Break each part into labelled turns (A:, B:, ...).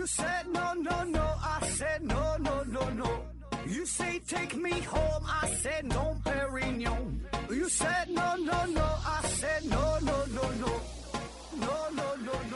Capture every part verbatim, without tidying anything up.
A: You said no, no, no, I said no, no, no, no. You say take me home, I said no, Perignon. You said no, no, no, I said no, no, no, no. No, no, no, no.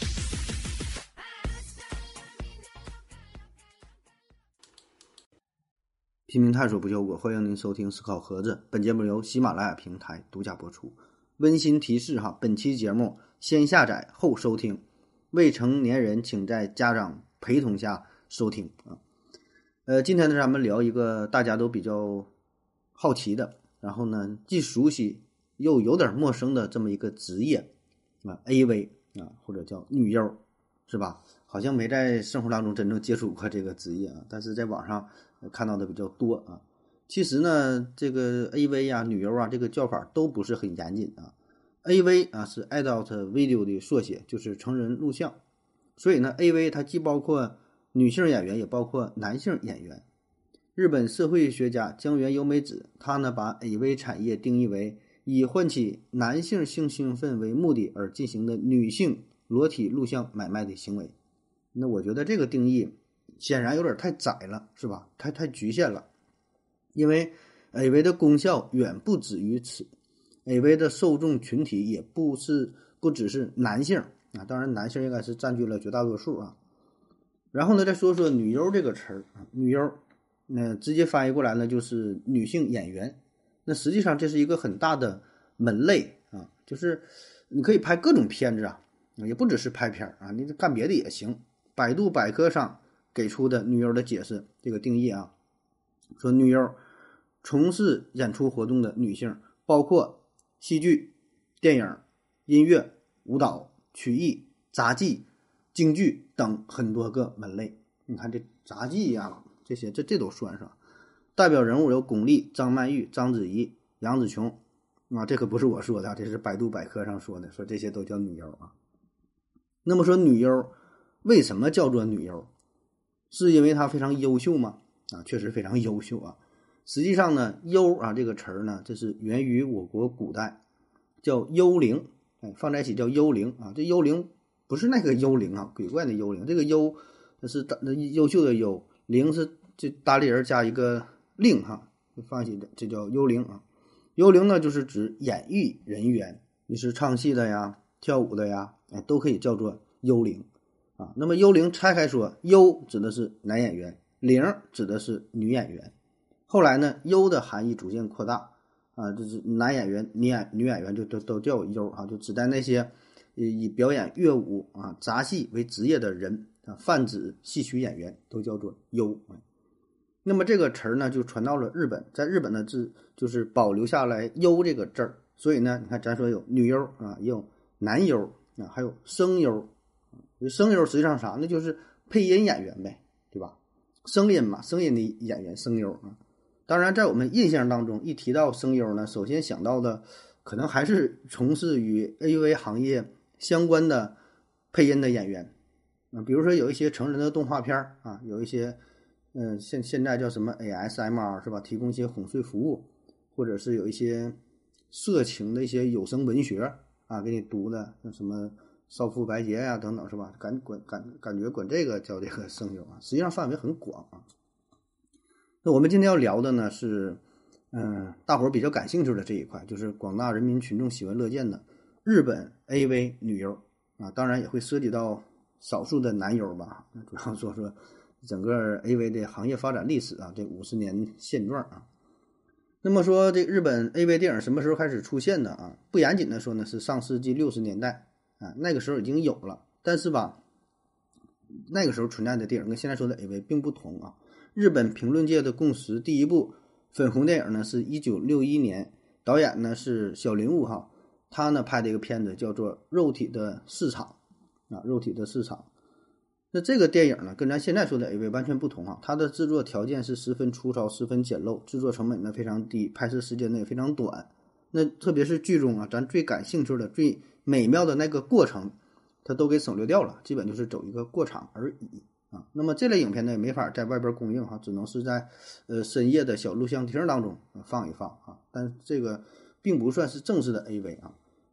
B: 拼命探索不求果，欢迎您收听思考盒子。本节目由喜马拉雅平台独家播出。温馨提示哈，本期节目先下载后收听，未成年人请在家长陪同下收听啊。呃，今天呢，咱们聊一个大家都比较好奇的，然后呢，既熟悉又有点陌生的这么一个职业啊 ，A V 啊，或者叫女优，是吧？好像没在生活当中真正接触过这个职业啊，但是在网上看到的比较多啊。其实呢，这个 A V 啊、女优啊，这个叫法都不是很严谨啊。A V 啊是 Adult Video 的缩写，就是成人录像。所以呢 ，A V 它既包括女性演员，也包括男性演员。日本社会学家江原由美子，他呢把 A V 产业定义为以唤起男性性兴奋为目的而进行的女性裸体录像买卖的行为。那我觉得这个定义显然有点太窄了，是吧？太太局限了。因为 A V 的功效远不止于此， A V 的受众群体也不是不只是男性啊，当然男性应该是占据了绝大多数啊。然后呢，再说说女优这个词儿啊，女优那直接翻译过来呢就是女性演员。那实际上这是一个很大的门类啊，就是你可以拍各种片子啊，也不只是拍片啊，你干别的也行。百度百科上给出的女优的解释，这个定义啊，说女优从事演出活动的女性，包括戏剧、电影、音乐、舞蹈、曲艺、杂技、京剧等很多个门类。你看这杂技呀，这些这这都算上。代表人物有巩俐、张曼玉、章子怡、杨紫琼啊，这可不是我说的，这是百度百科上说的，说这些都叫女优啊。那么说女优为什么叫做女优？是因为她非常优秀吗？啊，确实非常优秀啊。实际上呢，优啊这个词儿呢，这是源于我国古代，叫幽灵，哎，放在一起叫幽灵啊。这幽灵不是那个幽灵啊，鬼怪的幽灵，这个优这是优秀的优，灵是这单立人加一个令哈，放一起这叫幽灵啊。幽灵呢，就是指演艺人员，你是唱戏的呀、跳舞的呀，哎，都可以叫做幽灵。啊，那么幽灵拆开说，幽指的是男演员，灵指的是女演员。后来呢，幽的含义逐渐扩大啊，就是男演员、女演女演员就都都叫幽啊，就指代那些以表演乐舞啊、杂戏为职业的人啊，泛指戏曲演员都叫做幽。那么这个词儿呢，就传到了日本，在日本的字就是保留下来幽这个字儿，所以呢，你看咱说有女优啊，也有男优啊，还有声优。声优实际上啥？那就是配音演员呗，对吧？声音嘛，声音的演员，声优啊。当然，在我们印象当中，一提到声优呢，首先想到的可能还是从事与 A V 行业相关的配音的演员啊，比如说有一些成人的动画片啊，有一些嗯、呃，现现在叫什么 A S M R 是吧？提供一些哄睡服务，或者是有一些色情的一些有声文学啊，给你读的，像什么少妇白洁呀、啊、等等是吧？感管感感觉管这个叫这个声优啊，实际上范围很广啊。那我们今天要聊的呢是，嗯、呃，大伙儿比较感兴趣的这一块，就是广大人民群众喜闻乐见的日本 A V 女优啊，当然也会涉及到少数的男优吧。主要说说整个 A V 的行业发展历史啊，这五十年现状啊。那么说这日本 A V 电影什么时候开始出现的啊？不严谨的说呢，是上世纪六十年代。啊，那个时候已经有了，但是吧，那个时候存在的电影跟现在说的 A V 并不同啊。日本评论界的共识，第一部粉红电影呢是一九六一年，导演呢是小林悟哈，他呢拍的一个片子叫做《肉体的市场》啊，肉体的市场。那这个电影呢，跟咱现在说的 A V 完全不同啊，它的制作条件是十分粗糙、十分简陋，制作成本呢非常低，拍摄时间呢也非常短。那特别是剧中啊，咱最感兴趣的、最美妙的那个过程，它都给省略掉了，基本就是走一个过场而已啊。那么这类影片呢，也没法在外边公映哈，只能是在呃深夜的小录像厅当中、呃、放一放啊。但这个并不算是正式的 A V 啊。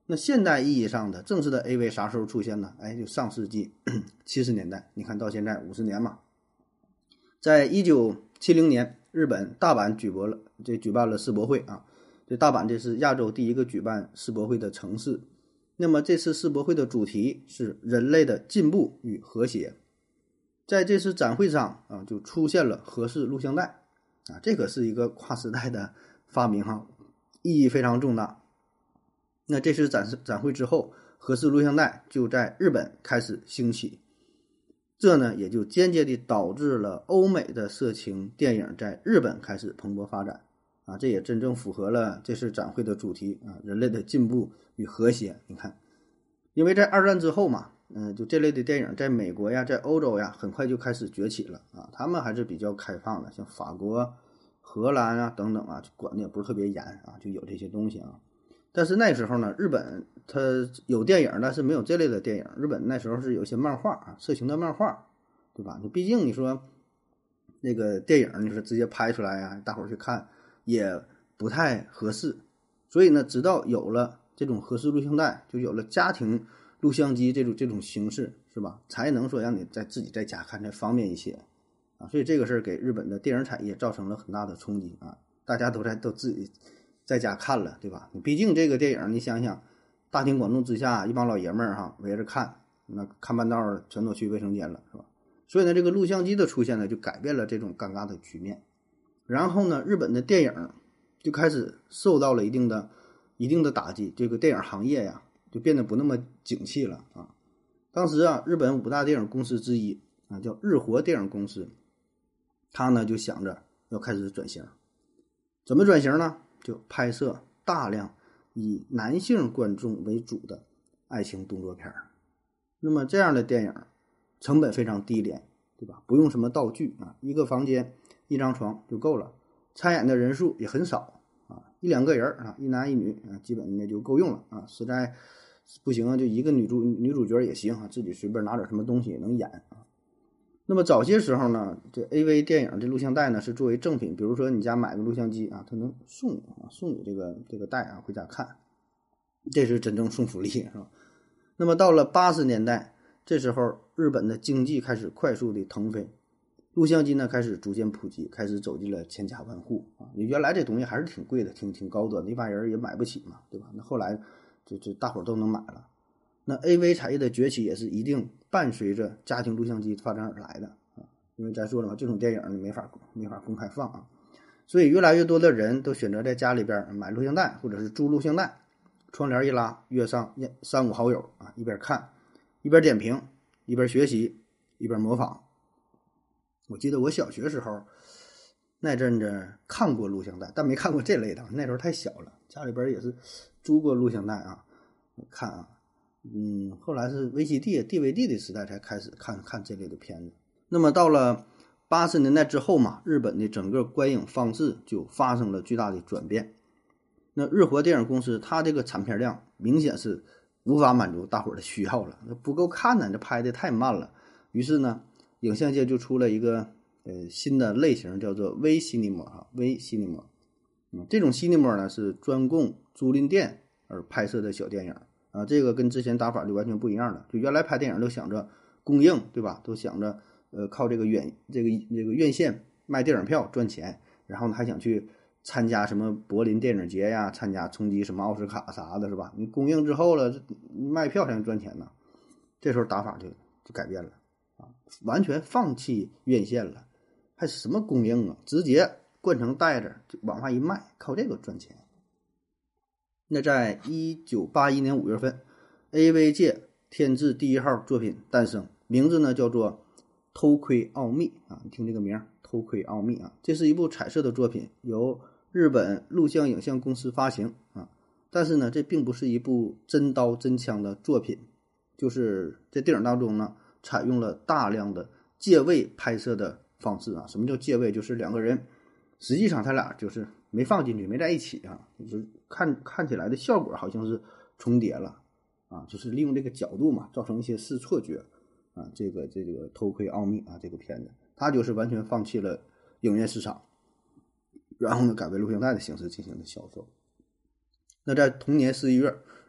B: 那现代意义上的正式的 A V 啥时候出现呢？哎，就上世纪七十年代，你看到现在五十年嘛。在一九七零年，日本大阪举办了这举办了世博会啊，这大阪这是亚洲第一个举办世博会的城市。那么这次世博会的主题是人类的进步与和谐。在这次展会上啊，就出现了合适录像带啊，这可是一个跨时代的发明哈，意义非常重大。那这次展示展会之后，合适录像带就在日本开始兴起，这呢也就间接地导致了欧美的色情电影在日本开始蓬勃发展啊，这也真正符合了这次展会的主题啊，人类的进步与和谐。你看，因为在二战之后嘛，嗯、呃，就这类的电影在美国呀，在欧洲呀，很快就开始崛起了啊，他们还是比较开放的，像法国、荷兰啊等等啊，管的也不是特别严啊，就有这些东西啊。但是那时候呢，日本它有电影，但是没有这类的电影。日本那时候是有一些漫画啊，色情的漫画，对吧？你毕竟你说那个电影，你说直接拍出来啊，大伙儿去看也不太合适。所以呢，直到有了这种合适录像带，就有了家庭录像机这种这种形式，是吧？才能说让你在自己在家看才方便一些啊。所以这个事儿给日本的电影产业造成了很大的冲击啊，大家都在都自己在家看了，对吧？你毕竟这个电影，你想想，大庭广众之下，一帮老爷们儿哈围着看，那看半道全都去卫生间了，是吧？所以呢，这个录像机的出现呢，就改变了这种尴尬的局面。然后呢，日本的电影就开始受到了一定的、一定的打击，这个电影行业呀，就变得不那么景气了啊。当时啊，日本五大电影公司之一啊，叫日活电影公司，他呢就想着要开始转型。怎么转型呢？就拍摄大量以男性观众为主的爱情动作片。那么这样的电影成本非常低廉，对吧？不用什么道具啊，一个房间一张床就够了，参演的人数也很少啊，一两个人啊，一男一女啊，基本那就够用了啊。实在不行啊，就一个女主女主角也行啊，自己随便拿点什么东西也能演啊。那么早些时候呢，这 A V 电影这录像带呢是作为赠品，比如说你家买个录像机啊，它能送你啊，送你这个这个带啊，回家看，这是真正送福利，是吧？那么到了八十年代，这时候日本的经济开始快速的腾飞，录像机呢开始逐渐普及，开始走进了千家万户啊。原来这东西还是挺贵的，挺挺高端的，一般人也买不起嘛，对吧？那后来这这大伙都能买了。那 A V 产业的崛起也是一定伴随着家庭录像机发展而来的啊，因为咱说了嘛，这种电影你没法没法公开放啊，所以越来越多的人都选择在家里边买录像带或者是租录像带，窗帘一拉，约上三五好友啊，一边看一边点评，一边学习，一边模仿。我记得我小学时候那阵子看过录像带，但没看过这类的，那时候太小了，家里边也是租过录像带啊，看啊。嗯，后来是 V C D、D V D 的时代才开始看看这类的片子。那么到了八十年代之后嘛，日本的整个观影方式就发生了巨大的转变。那日活电影公司它这个产片量明显是无法满足大伙儿的需要了，不够看呢，这拍的太慢了。于是呢，影像界就出了一个呃新的类型，叫做微西尼摩哈，微西尼摩。嗯，这种西尼摩呢是专供租赁店而拍摄的小电影。啊，这个跟之前打法就完全不一样了。就原来拍电影都想着供应，对吧？都想着呃靠这个院这个这个院线卖电影票赚钱，然后呢还想去参加什么柏林电影节呀，参加冲击什么奥斯卡啥的，是吧？你供应之后了，卖票才能赚钱呢。这时候打法就就改变了啊，完全放弃院线了，还什么供应啊？直接灌成袋子就往外一卖，靠这个赚钱。那在一九八一年五月份 A V 界添置第一号作品诞生，名字呢叫做偷窥奥秘啊，你听这个名偷窥奥秘啊，这是一部彩色的作品，由日本录像影像公司发行啊，但是呢这并不是一部真刀真枪的作品，就是在电影当中呢采用了大量的借位拍摄的方式啊。什么叫借位？就是两个人实际上他俩就是没放进去，没在一起啊，就是看看起来的效果好像是重叠了啊，就是利用这个角度嘛，造成一些视错觉啊。这个这个偷窥奥秘啊，这个片子它就是完全放弃了影院市场，然后呢改为录像带的形式进行的销售。那在同年十一月，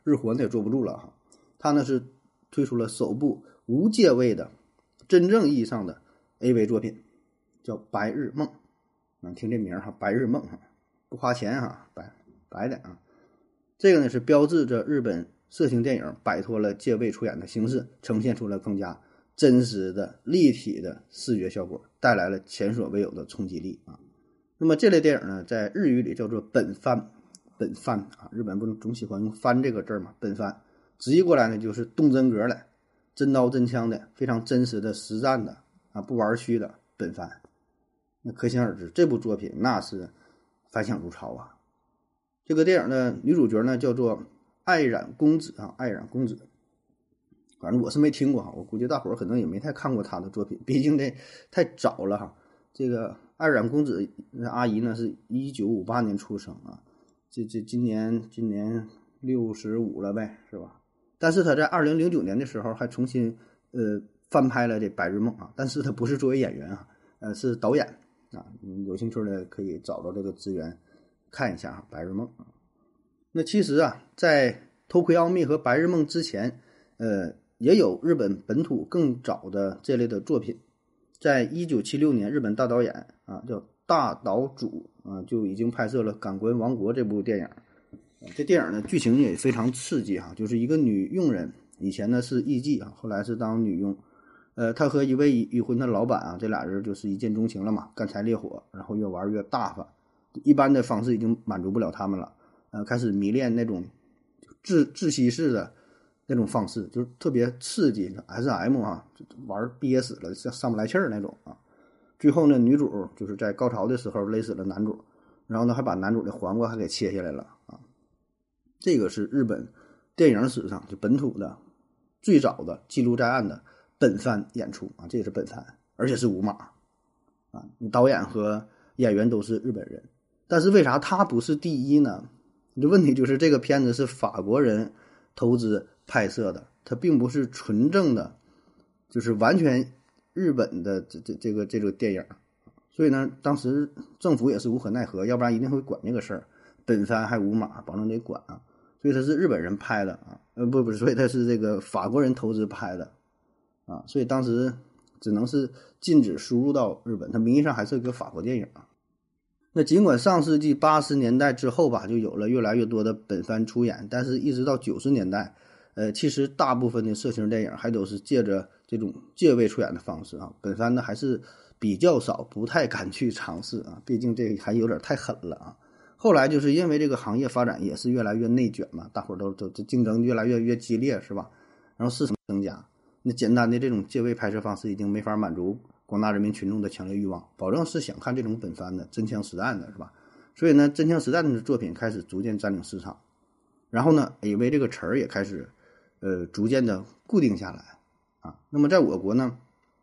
B: 日活呢也坐不住了哈。他呢是推出了首部无借位的真正意义上的 A V 作品，叫《白日梦》啊，听这名哈，《白日梦》哈，不花钱哈，白白的啊。这个呢是标志着日本色情电影摆脱了借位出演的形式，呈现出了更加真实的立体的视觉效果，带来了前所未有的冲击力啊。那么这类电影呢，在日语里叫做本番，本番啊，日本不总喜欢用番这个字嘛，本番直译过来呢就是动真格的、真刀真枪的、非常真实的实战的啊，不玩虚的本番。那可想而知，这部作品那是反响如潮啊。这个电影的女主角呢叫做爱染公子啊，爱染公子。反正我是没听过哈，我估计大伙儿可能也没太看过她的作品，毕竟这太早了哈。这个爱染公子阿姨呢是一九五八年出生啊，这这今年今年六十五了呗，是吧？但是她在二零零九年的时候还重新呃翻拍了这《白日梦》啊，但是她不是作为演员啊，呃是导演啊。有兴趣的可以找到这个资源看一下啊，《白日梦》啊。那其实啊，在偷窥奥秘和《白日梦》之前，呃。也有日本本土更早的这类的作品，在一九七六年，日本大导演啊叫大岛渚啊就已经拍摄了《感官王国》这部电影。这电影呢剧情也非常刺激哈，就是一个女佣人，以前呢是艺妓啊，后来是当女佣。呃，她和一位已婚的老板啊，这俩人就是一见钟情了嘛，干柴烈火，然后越玩越大发。一般的方式已经满足不了他们了，呃，开始迷恋那种窒窒息式的。那种方式就是特别刺激 ，S M 啊，玩憋死了，上上不来气儿那种啊。最后呢，女主就是在高潮的时候勒死了男主，然后呢还把男主的黄瓜还给切下来了啊。这个是日本电影史上就本土的最早的记录在案的本番演出啊，这也是本番，而且是无码啊。导演和演员都是日本人，但是为啥他不是第一呢？这问题就是这个片子是法国人投资拍摄的，它并不是纯正的，就是完全日本的这这这个这个电影，所以呢，当时政府也是无可奈何，要不然一定会管这个事儿。本番还无码，保证得管啊，所以它是日本人拍的啊，呃不不是，所以它是这个法国人投资拍的啊，所以当时只能是禁止输入到日本，它名义上还是个法国电影啊。那尽管上世纪八十年代之后吧，就有了越来越多的本番出演，但是一直到九十年代。呃，其实大部分的色情电影还都是借着这种借位出演的方式啊，本番呢还是比较少，不太敢去尝试啊，毕竟这还有点太狠了啊。后来就是因为这个行业发展也是越来越内卷嘛，大伙儿都都竞争越来越越激烈，是吧？然后市场增加，那简单的这种借位拍摄方式已经没法满足广大人民群众的强烈欲望，保证是想看这种本番的真枪实弹的，是吧？所以呢，真枪实弹的作品开始逐渐占领市场，然后呢 A V 这个词儿也开始呃，逐渐的固定下来啊。那么在我国呢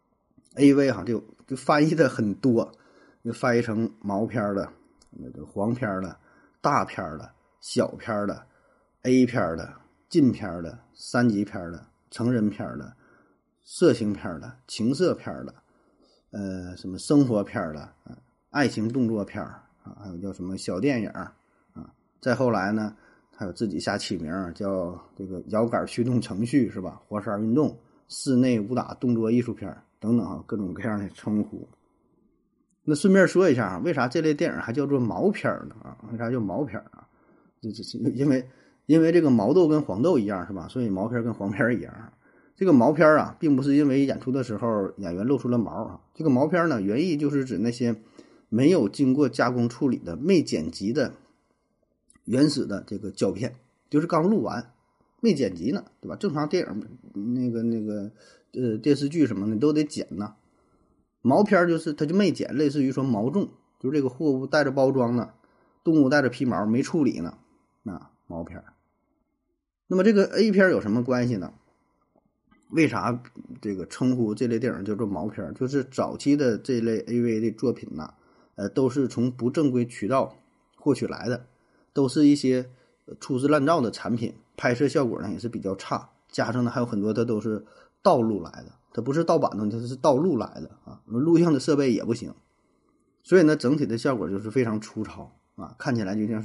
B: ，A V 哈就就翻译的很多，就翻译成毛片的、那个黄片的、大片的、小片的、A 片的、禁片的、三级片的、成人片的、色情片的、情色片的，呃，什么生活片的、啊、爱情动作片啊，还有叫什么小电影啊。再后来呢？还有自己瞎起名叫这个摇杆驱动程序，是吧？活塞运动、室内武打动作艺术片等等啊，各种各样的称呼。那顺便说一下啊，为啥这类电影还叫做毛片呢？啊，为啥叫毛片啊？这这是因为因为这个毛豆跟黄豆一样，是吧？所以毛片跟黄片一样。这个毛片啊，并不是因为演出的时候演员露出了毛啊，这个毛片呢，原意就是指那些没有经过加工处理的、未剪辑的。原始的这个胶片就是刚录完没剪辑呢，对吧？正常电影那个那个呃电视剧什么的都得剪呢，毛片就是它就没剪，类似于说毛种，就是这个货物带着包装呢，动物带着皮毛没处理呢，那毛片。那么这个 A 片有什么关系呢？为啥这个称呼这类电影叫做毛片？就是早期的这类 A V 的作品呢，呃，都是从不正规渠道获取来的。都是一些粗制滥造的产品，拍摄效果呢也是比较差，加上呢还有很多它都是盗录来的，它不是盗版的，它是盗录来的啊，录像的设备也不行，所以呢整体的效果就是非常粗糙啊，看起来就像是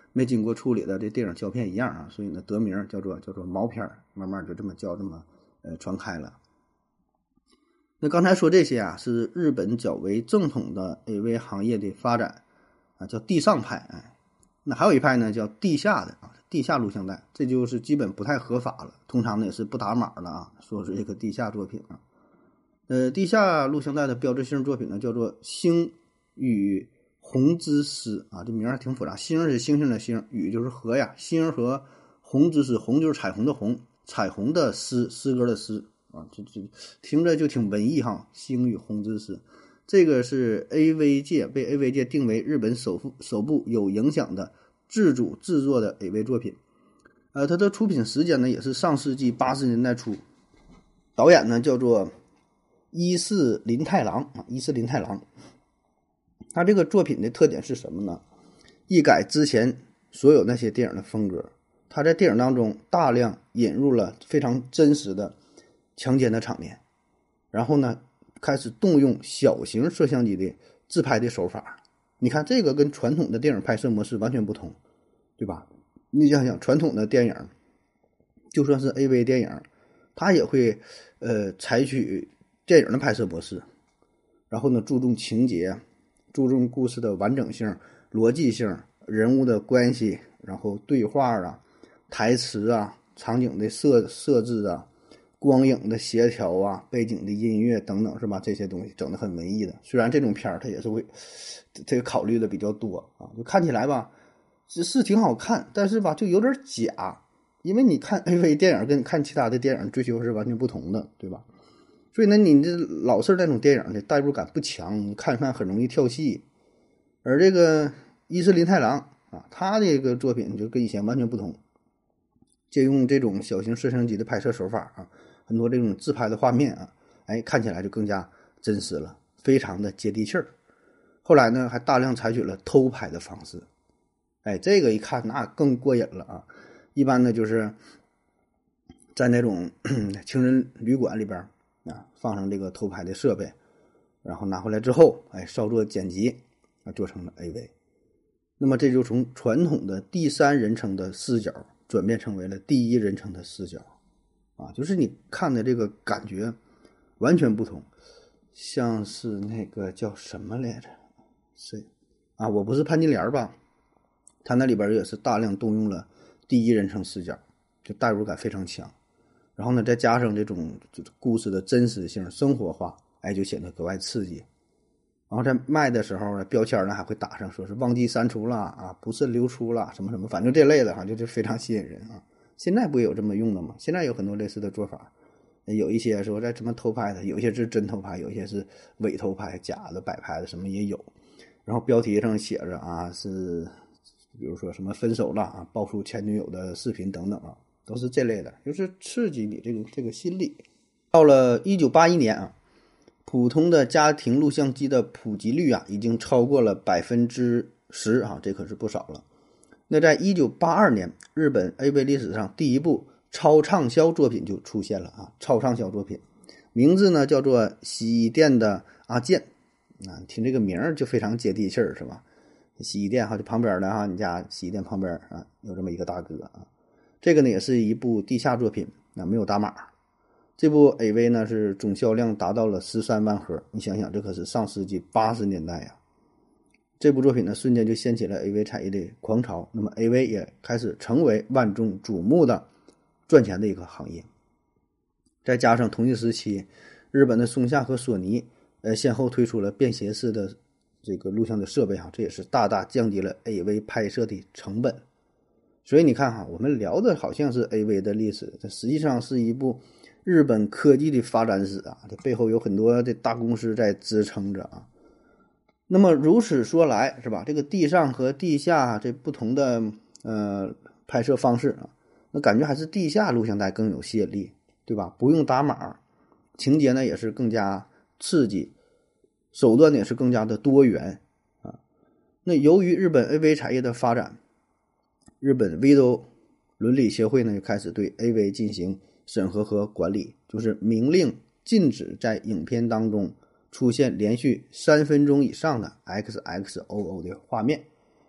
B: 没经过处理的这电影胶片一样啊，所以呢得名叫做叫做毛片，慢慢就这么叫这么呃传开了。那刚才说这些啊，是日本较为正统的 A V 行业的发展啊，叫地上派。哎，那还有一派呢，叫地下的啊，地下录像带，这就是基本不太合法了，通常呢也是不打码了啊，说是这个地下作品啊。呃，地下录像带的标志性作品呢，叫做《星与红之诗》啊，这名还挺复杂。星是星星的星，雨就是河呀，星和红之诗，红就是彩虹的红，彩虹的诗，诗歌的诗啊，这这听着就挺文艺哈。星与红之诗，这个是 A V 界被 A V 界定为日本首部首部有影响的自主制作的 A V 作品。呃，它的出品时间呢也是上世纪八十年代初，导演呢叫做伊势林太郎啊，伊势林太郎。他这个作品的特点是什么呢？一改之前所有那些电影的风格，他在电影当中大量引入了非常真实的强奸的场面，然后呢开始动用小型摄像机的自拍的手法。你看这个跟传统的电影拍摄模式完全不同，对吧？你想想传统的电影就算是 A V 电影，它也会呃采取电影的拍摄模式，然后呢注重情节，注重故事的完整性、逻辑性、人物的关系，然后对话啊、台词啊、场景的设设置啊、光影的协调啊、背景的音乐等等，是吧？这些东西整得很文艺的。虽然这种片儿它也是会这个考虑的比较多啊，就看起来吧是是挺好看，但是吧就有点假，因为你看 A V 电影跟看其他的电影追求是完全不同的，对吧？所以呢，你这老式那种电影的代入感不强，你看一看很容易跳戏。而这个伊势林太郎啊，他这个作品就跟以前完全不同，借用这种小型摄像机的拍摄手法啊，很多这种自拍的画面啊，哎，看起来就更加真实了，非常的接地气儿。后来呢，还大量采取了偷拍的方式，哎，这个一看那更过瘾了啊！一般呢就是在那种情人旅馆里边。啊，放上这个偷拍的设备，然后拿回来之后，哎，稍作剪辑，啊，做成了 A V。那么这就从传统的第三人称的视角转变成为了第一人称的视角，啊，就是你看的这个感觉完全不同。像是那个叫什么来着？是啊，我不是潘金莲吧？他那里边也是大量动用了第一人称视角，就代入感非常强。然后呢，再加上这种故事的真实性、生活化，哎，就显得格外刺激。然后在卖的时候呢，标签呢还会打上说是忘记删除了啊，不慎流出了什么什么，反正这类的哈，就是非常吸引人啊。现在不也有这么用的吗？现在有很多类似的做法，有一些说在什么偷拍的，有一些是真偷拍，有一些是伪偷拍、假的摆拍的，什么也有。然后标题上写着啊，是比如说什么分手了啊，爆出前女友的视频等等啊。都是这类的，就是刺激你这个这个心理。到了一九八一年啊，普通的家庭录像机的普及率啊，已经超过了百分之十啊，这可是不少了。那在一九八二年，日本 A V 历史上第一部超畅销作品就出现了啊，超畅销作品，名字呢叫做《洗衣店的阿健》啊，听这个名儿就非常接地气儿，是吧？洗衣店哈，就旁边的哈，你家洗衣店旁边啊，有这么一个大哥啊。这个呢也是一部地下作品，那没有打码。这部 A V 呢是总销量达到了十三万盒，你想想这可是上世纪八十年代呀。这部作品呢瞬间就掀起了 A V 产业的狂潮，那么 A V 也开始成为万众瞩目的赚钱的一个行业。再加上同一时期，日本的松下和索尼呃先后推出了便携式的这个录像的设备哈，这也是大大降低了 A V 拍摄的成本。所以你看哈，我们聊的好像是 A V 的历史，这实际上是一部日本科技的发展史啊，这背后有很多的大公司在支撑着啊。那么如此说来，是吧？这个地上和地下这不同的呃拍摄方式啊，那感觉还是地下录像带更有吸引力，对吧？不用打码，情节呢也是更加刺激，手段呢也是更加的多元啊。那由于日本 A V 产业的发展，日本 Video 伦理协会呢就开始对 A V 进行审核和管理，就是明令禁止在影片当中出现连续三分钟以上的 X X O O 的画面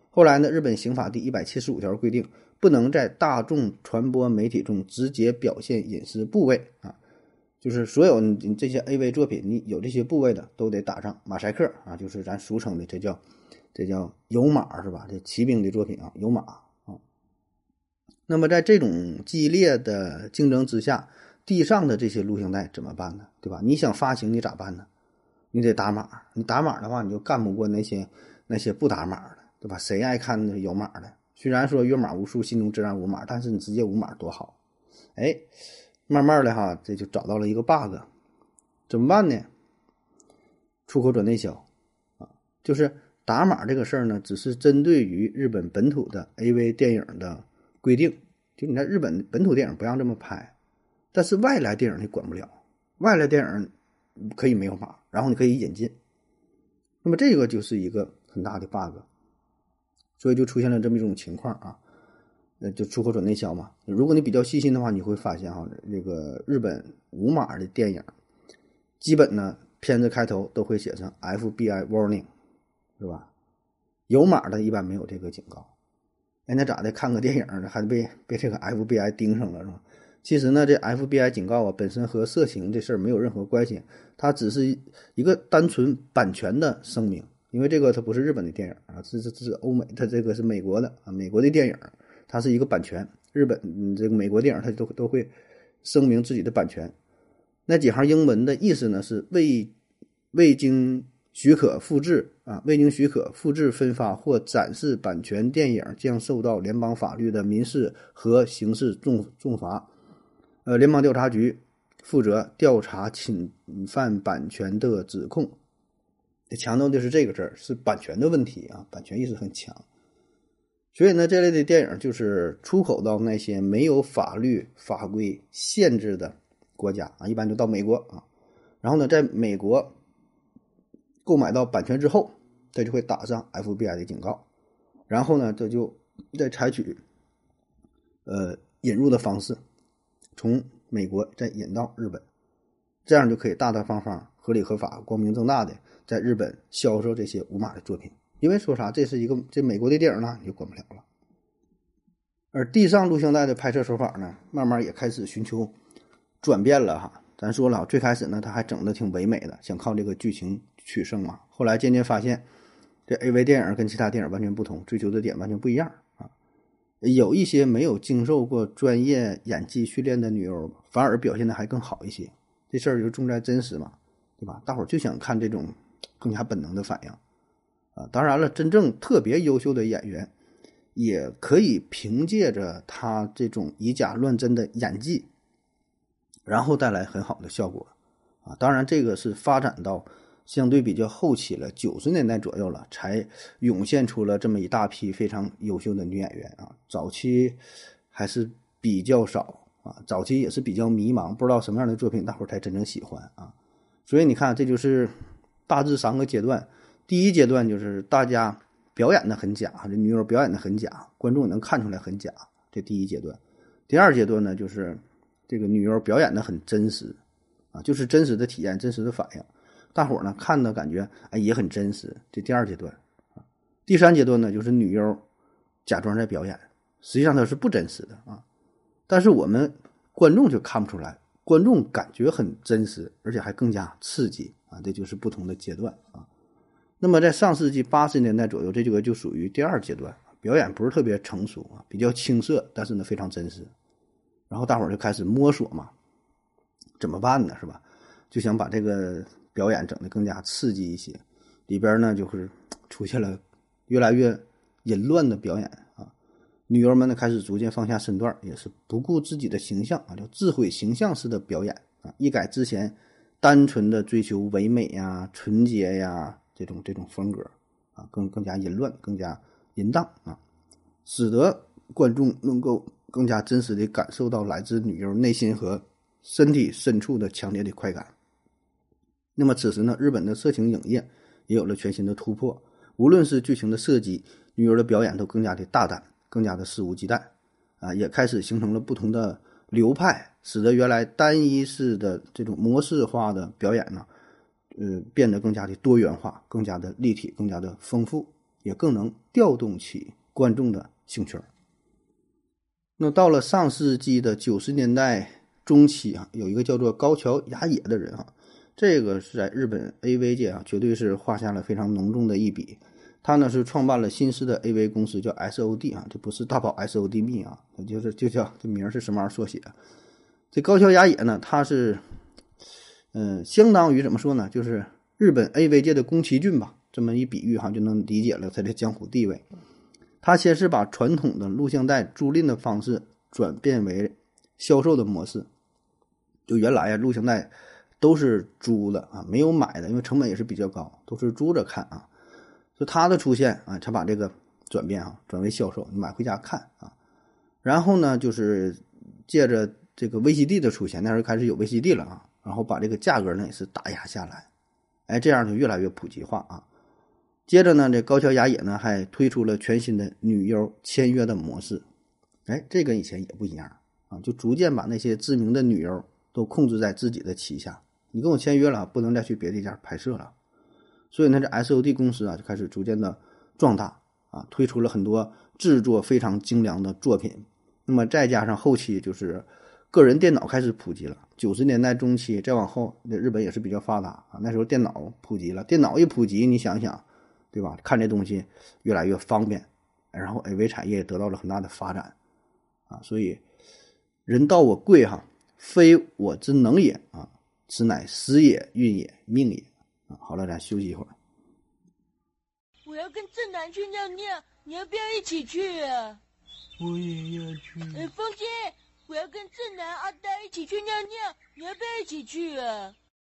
B: 后来呢，日本刑法第一百七十五条规定，不能在大众传播媒体中直接表现隐私部位啊，就是所有你这些 A V 作品，你有这些部位的都得打上马赛克啊，就是咱俗称的这叫这叫有码是吧？这骑兵的作品啊，有码啊。那么在这种激烈的竞争之下，地上的这些录像带怎么办呢？对吧？你想发行你咋办呢？你得打码，你打码的话，你就干不过那些那些不打码的，对吧？谁爱看那有码的？虽然说阅码无数，心中自然无码，但是你直接无码多好。哎，慢慢的哈，这就找到了一个 bug， 怎么办呢？出口转内销啊，就是打码这个事儿呢，只是针对于日本本土的 A V 电影的规定，就你在日本本土电影不让这么拍，但是外来电影你管不了，外来电影可以没有码，然后你可以引进，那么这个就是一个很大的 bug， 所以就出现了这么一种情况啊，那就出口转内销嘛。如果你比较细心的话，你会发现哈，这个日本无码的电影，基本呢片子开头都会写上 F B I warning， 是吧？有码的一般没有这个警告。哎，那咋的？看个电影呢，还被被这个 F B I 盯上了，是吧？其实呢，这 F B I 警告啊，本身和色情这事儿没有任何关系，它只是一个单纯版权的声明。因为这个它不是日本的电影啊，这这是欧美，它这个是美国的啊，美国的电影，它是一个版权。日本、嗯、这个美国电影它都都会声明自己的版权。那几行英文的意思呢是未未经许可复制啊，未经许可复制分发或展示版权电影将受到联邦法律的民事和刑事重重罚。呃，联邦调查局负责调查侵犯版权的指控。强调的是这个事儿，是版权的问题啊，版权意识很强。所以呢，这类的电影就是出口到那些没有法律法规限制的国家啊，一般就到美国啊。然后呢，在美国购买到版权之后，它就会打上 F B I 的警告，然后呢，这就再采取呃引入的方式，从美国再引到日本，这样就可以大大方方、合理合法、光明正大的在日本销售这些无码的作品。因为说啥，这是一个这美国的电影呢，你就管不了了。而地上录像带的拍摄手法呢，慢慢也开始寻求转变了哈。咱说了，最开始呢，他还整得挺唯美的，想靠这个剧情取胜嘛。后来渐渐发现，这 A V 电影跟其他电影完全不同，追求的点完全不一样啊。有一些没有经受过专业演技训练的女优，反而表现的还更好一些。这事儿就重在真实嘛，对吧？大伙儿就想看这种更加本能的反应。啊，当然了，真正特别优秀的演员也可以凭借着他这种以假乱真的演技，然后带来很好的效果啊。当然，这个是发展到相对比较后期了，九十年代左右了，才涌现出了这么一大批非常优秀的女演员啊。早期还是比较少啊，早期也是比较迷茫，不知道什么样的作品大伙儿才真正喜欢啊。所以你看，这就是大致三个阶段。第一阶段就是大家表演的很假，这女友表演的很假，观众也能看出来很假，这第一阶段。第二阶段呢，就是这个女友表演的很真实啊，就是真实的体验，真实的反应，大伙儿呢看的感觉哎也很真实，这第二阶段啊。第三阶段呢，就是女优假装在表演，实际上它是不真实的啊，但是我们观众就看不出来，观众感觉很真实，而且还更加刺激啊，这就是不同的阶段啊。那么在上世纪八十年代左右，这个就属于第二阶段，表演不是特别成熟啊，比较青涩，但是呢非常真实。然后大伙儿就开始摸索嘛，怎么办呢？是吧？就想把这个表演整得更加刺激一些，里边呢就是出现了越来越淫乱的表演啊。女优们呢开始逐渐放下身段，也是不顾自己的形象啊，叫自毁形象式的表演啊，一改之前单纯的追求唯美呀、纯洁呀。这种这种风格啊，更更加淫乱，更加淫荡啊，使得观众能够更加真实地感受到来自女优内心和身体深处的强烈的快感。那么此时呢，日本的色情影业也有了全新的突破，无论是剧情的设计，女优的表演都更加的大胆，更加的肆无忌惮啊，也开始形成了不同的流派，使得原来单一式的这种模式化的表演呢。呃，变得更加的多元化，更加的立体，更加的丰富也更能调动起观众的兴趣。那到了上世纪的九十年代中期啊，有一个叫做高桥雅也的人啊，这个是在日本 A V 界啊，绝对是画下了非常浓重的一笔。他呢是创办了新式的 A V 公司，叫 S O D 啊，这不是大宝 S O D 蜜啊，就是就叫这名是什么玩意儿缩写。这高桥雅也呢，他是嗯，相当于怎么说呢，就是日本 A V 界的宫崎骏吧，这么一比喻哈，就能理解了他的江湖地位。他先是把传统的录像带租赁的方式转变为销售的模式。就原来啊，录像带都是租的啊，没有买的，因为成本也是比较高，都是租着看啊。就他的出现啊，才把这个转变啊，转为销售，你买回家看啊。然后呢，就是借着这个 V C D 的出现，那时候开始有 V C D 了啊，然后把这个价格呢也是打压下来，哎，这样就越来越普及化啊。接着呢，这高桥雅也呢还推出了全新的女优签约的模式，哎，这跟以前也不一样啊，就逐渐把那些知名的女优都控制在自己的旗下，你跟我签约了，不能再去别的地方拍摄了。所以呢，这 S O D 公司啊就开始逐渐的壮大啊，推出了很多制作非常精良的作品。那么再加上后期就是个人电脑开始普及了，九十年代中期再往后，日本也是比较发达啊，那时候电脑普及了，电脑一普及，你想想，对吧？看这东西越来越方便，然后 A V 产业也得到了很大的发展啊，所以人道我贵哈，非我之能也啊，此乃时也，运也，命也啊。好了，咱休息一会儿。
C: 我要跟正南去尿尿，你要不要一起去啊？
D: 我也要去。
C: 呃，风姐，我要跟正南、阿呆一起去尿尿，你要不要一起去啊？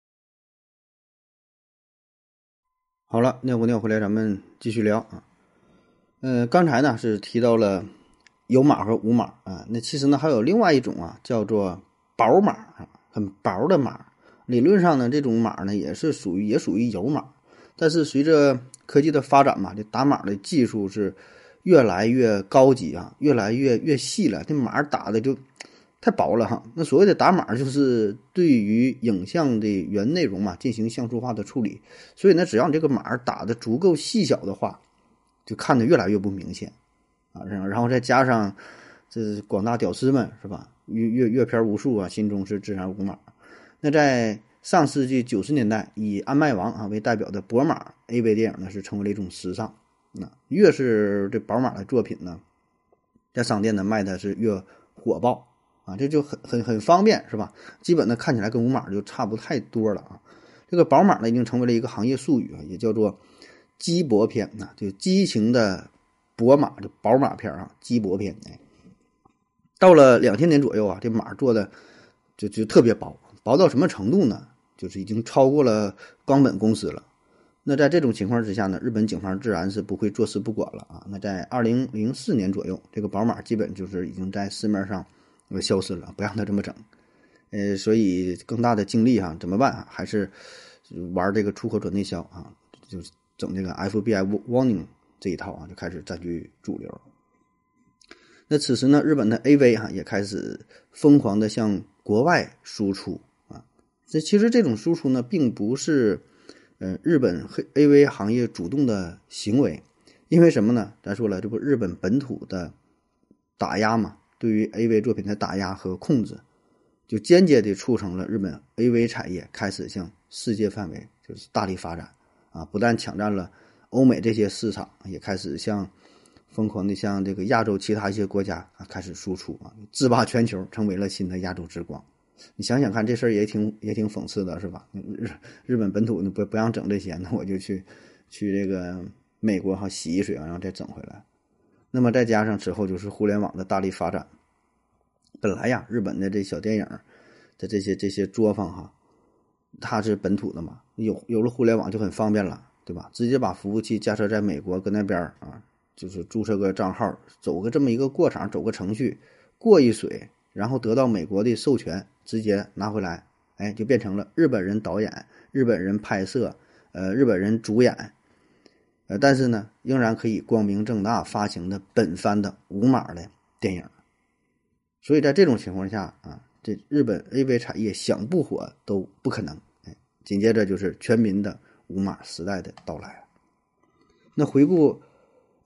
B: 好了，尿过尿回来，咱们继续聊啊。呃，刚才呢是提到了有码和无码啊，那其实呢还有另外一种啊，叫做薄码啊，很薄的码。理论上呢，这种码呢也是属于也属于有码，但是随着科技的发展嘛，这打码的技术是越来越高级啊，越来越越细了，这码打的就太薄了哈。那所谓的打码就是对于影像的原内容嘛进行像素化的处理，所以呢，只要你这个码打的足够细小的话，就看得越来越不明显啊。然后再加上这广大屌丝们是吧，阅阅阅片无数啊，心中是自然无码。那在上世纪九十年代，以安麦王啊为代表的薄码 A V 电影呢，是成为了一种时尚。那越是这薄码的作品呢，在商店呢卖的是越火爆啊，这就很很很方便是吧？基本呢看起来跟无码就差不太多了啊。这个薄码呢已经成为了一个行业术语啊，也叫做激薄片啊，就激情的薄码，就薄码片啊，激薄片。哎，到了两千年左右啊，这码做的就就特别薄。薄到什么程度呢？就是已经超过了冈本公司了。那在这种情况之下呢，日本警方自然是不会坐视不管了啊。那在二零零四年左右，这个薄码基本就是已经在市面上消失了，不让它这么整。呃，所以更大的精力啊，怎么办啊？还是玩这个出口转内销啊，就是整这个 F B I warning 这一套啊，就开始占据主流。那此时呢，日本的 A V 啊也开始疯狂的向国外输出。这其实这种输出呢，并不是，呃，日本 A V 行业主动的行为，因为什么呢？咱说了，这不日本本土的打压嘛，对于 A V 作品的打压和控制，就间接的促成了日本 A V 产业开始向世界范围就是大力发展啊，不但抢占了欧美这些市场，也开始向疯狂的向这个亚洲其他一些国家啊开始输出啊，制霸全球，成为了新的亚洲之光。你想想看，这事儿也挺也挺讽刺的，是吧？日日本本土不不让整这些，那我就去去这个美国哈洗一水，然后再整回来。那么再加上此后就是互联网的大力发展，本来呀，日本的这小电影的这些这些作坊哈，它是本土的嘛，有有了互联网就很方便了，对吧？直接把服务器架设在美国，搁那边啊，就是注册个账号，走个这么一个过场，走个程序，过一水。然后得到美国的授权，直接拿回来，哎，就变成了日本人导演、日本人拍摄、呃，日本人主演，呃，但是呢，仍然可以光明正大发行的本番的无码的电影。所以在这种情况下啊，这日本 A V 产业想不火都不可能。哎，紧接着就是全民的无码时代的到来。那回顾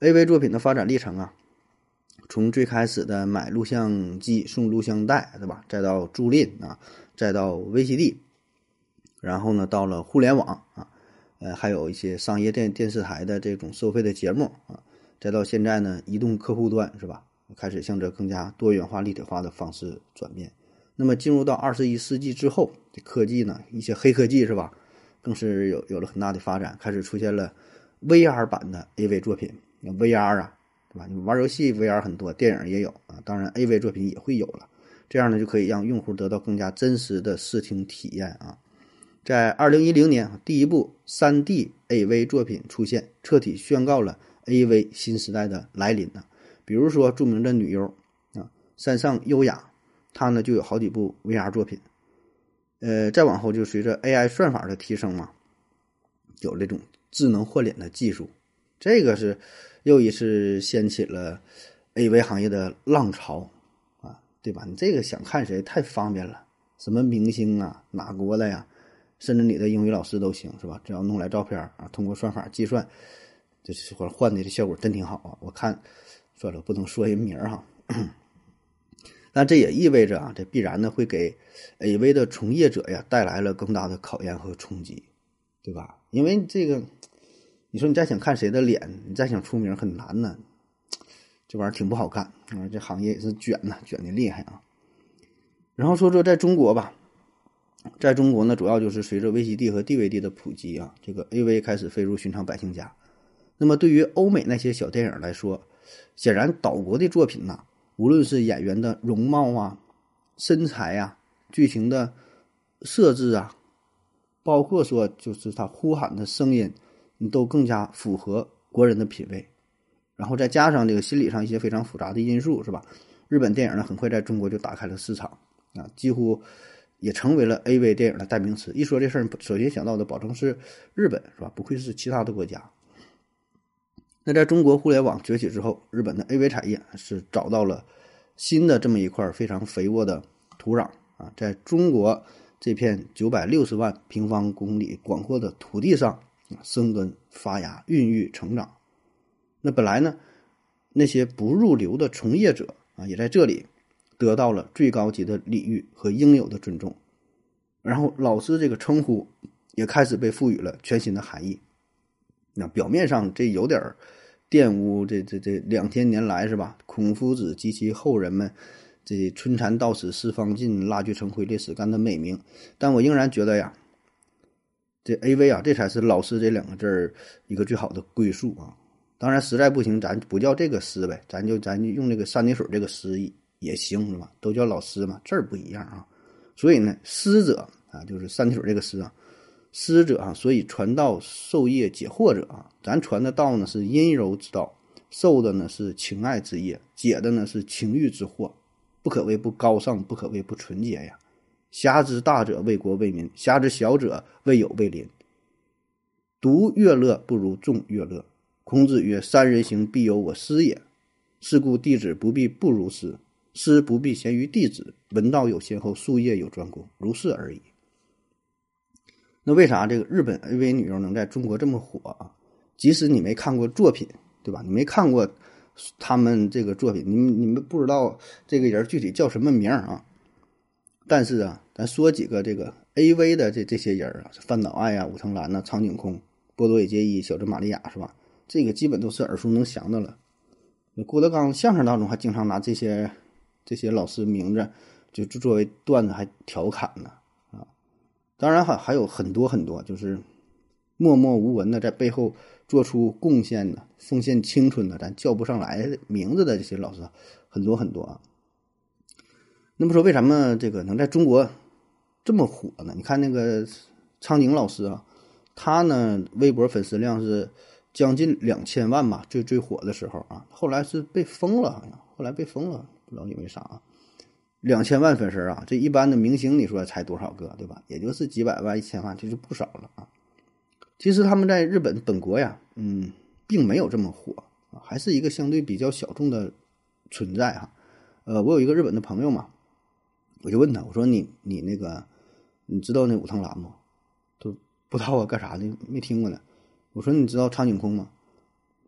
B: A V 作品的发展历程啊，从最开始的买录像机送录像带，对吧？再到租赁啊，再到 V C D， 然后呢，到了互联网啊，呃，还有一些商业电电视台的这种收费的节目啊，再到现在呢，移动客户端是吧？开始向着更加多元化、立体化的方式转变。那么进入到二十一世纪之后，这科技呢，一些黑科技是吧，更是有有了很大的发展，开始出现了 V R 版的 A V 作品。V R 啊，对吧？你玩游戏 V R 很多，电影也有啊，当然 A V 作品也会有了。这样呢，就可以让用户得到更加真实的视听体验啊。在二零一零年，第一部 三 D A V 作品出现，彻底宣告了 A V 新时代的来临啊。比如说著名的女优啊，山上优雅，她呢就有好几部 V R 作品。呃，再往后就随着 A I 算法的提升嘛，有这种智能换脸的技术，这个是又一次掀起了 A V 行业的浪潮啊，对吧？你这个想看谁太方便了，什么明星啊，哪国的呀，甚至你的英语老师都行，是吧？只要弄来照片啊，通过算法计算，就是换的这效果真挺好啊。我看算了，不能说人名哈。但这也意味着啊，这必然呢会给 A V 的从业者呀带来了更大的考验和冲击，对吧？因为这个，你说你再想看谁的脸，你再想出名很难呢，这玩意儿挺不好看啊。这行业也是卷呐，卷的厉害啊。然后说说在中国吧，在中国呢，主要就是随着 V C D 和 D V D 的普及啊，这个 A V 开始飞入寻常百姓家。那么对于欧美那些小电影来说，显然岛国的作品呐、啊，无论是演员的容貌啊、身材啊、剧情的设置啊，包括说就是他呼喊的声音，都更加符合国人的品味。然后再加上这个心理上一些非常复杂的因素，是吧？日本电影呢，很快在中国就打开了市场啊，几乎也成为了 A V 电影的代名词。一说这事儿，首先想到的保证是日本，是吧？不愧是其他的国家。那在中国互联网崛起之后，日本的 A V 产业是找到了新的这么一块非常肥沃的土壤啊，在中国这片九百六十万平方公里广阔的土地上生根发芽、孕育成长。那本来呢，那些不入流的从业者啊，也在这里得到了最高级的礼遇和应有的尊重。然后老师这个称呼也开始被赋予了全新的含义。那表面上这有点玷污这这这两千年来是吧，孔夫子及其后人们这春蚕到死丝方尽，蜡炬成灰泪始干的美名，但我仍然觉得呀，这 A V 啊，这才是老师这两个字儿一个最好的归宿啊。当然实在不行，咱不叫这个师呗，咱就咱就用这个三点水这个师也行，是吧？都叫老师嘛，字儿不一样啊。所以呢，师者啊，就是三点水这个师啊。师者啊，所以传道授业解惑者啊，咱传的道呢是阴柔之道，授的呢是情爱之业，解的呢是情欲之惑，不可谓不高尚，不可谓不纯洁呀。侠之大者为国为民，侠之小者为友为邻。独乐乐不如众乐乐。孔子曰：三人行，必有我师也。是故弟子不必不如师，师不必贤于弟子。闻道有先后，术业有专攻，如是而已。那为啥这个日本 A V 女优能在中国这么火啊？即使你没看过作品，对吧？你没看过他们这个作品，你们你们不知道这个人具体叫什么名啊？但是啊，咱说几个这个 A V 的这这些人啊，饭岛爱啊、武藤兰啊、苍井空、波多野结衣、小泽玛利亚，是吧？这个基本都是耳熟能详的了。郭德纲相声当中还经常拿这些这些老师名字就作为段子还调侃呢。当然还还有很多很多，就是默默无闻的在背后做出贡献的、奉献青春的，咱叫不上来名字的这些老师很多很多啊。那么说为什么这个能在中国这么火呢？你看那个苍井老师啊，他呢微博粉丝量是将近两千万吧，最最火的时候啊，后来是被封了，好像后来被封了，不知道因为啥啊。两千万粉丝啊，这一般的明星你说才多少个，对吧？也就是几百万、一千万，这就不少了啊。其实他们在日本本国呀，嗯，并没有这么火啊，还是一个相对比较小众的存在哈。呃，我有一个日本的朋友嘛，我就问他，我说你你那个你知道那武藤兰吗？都不知道啊，干啥的？没听过呢。我说你知道苍井空吗？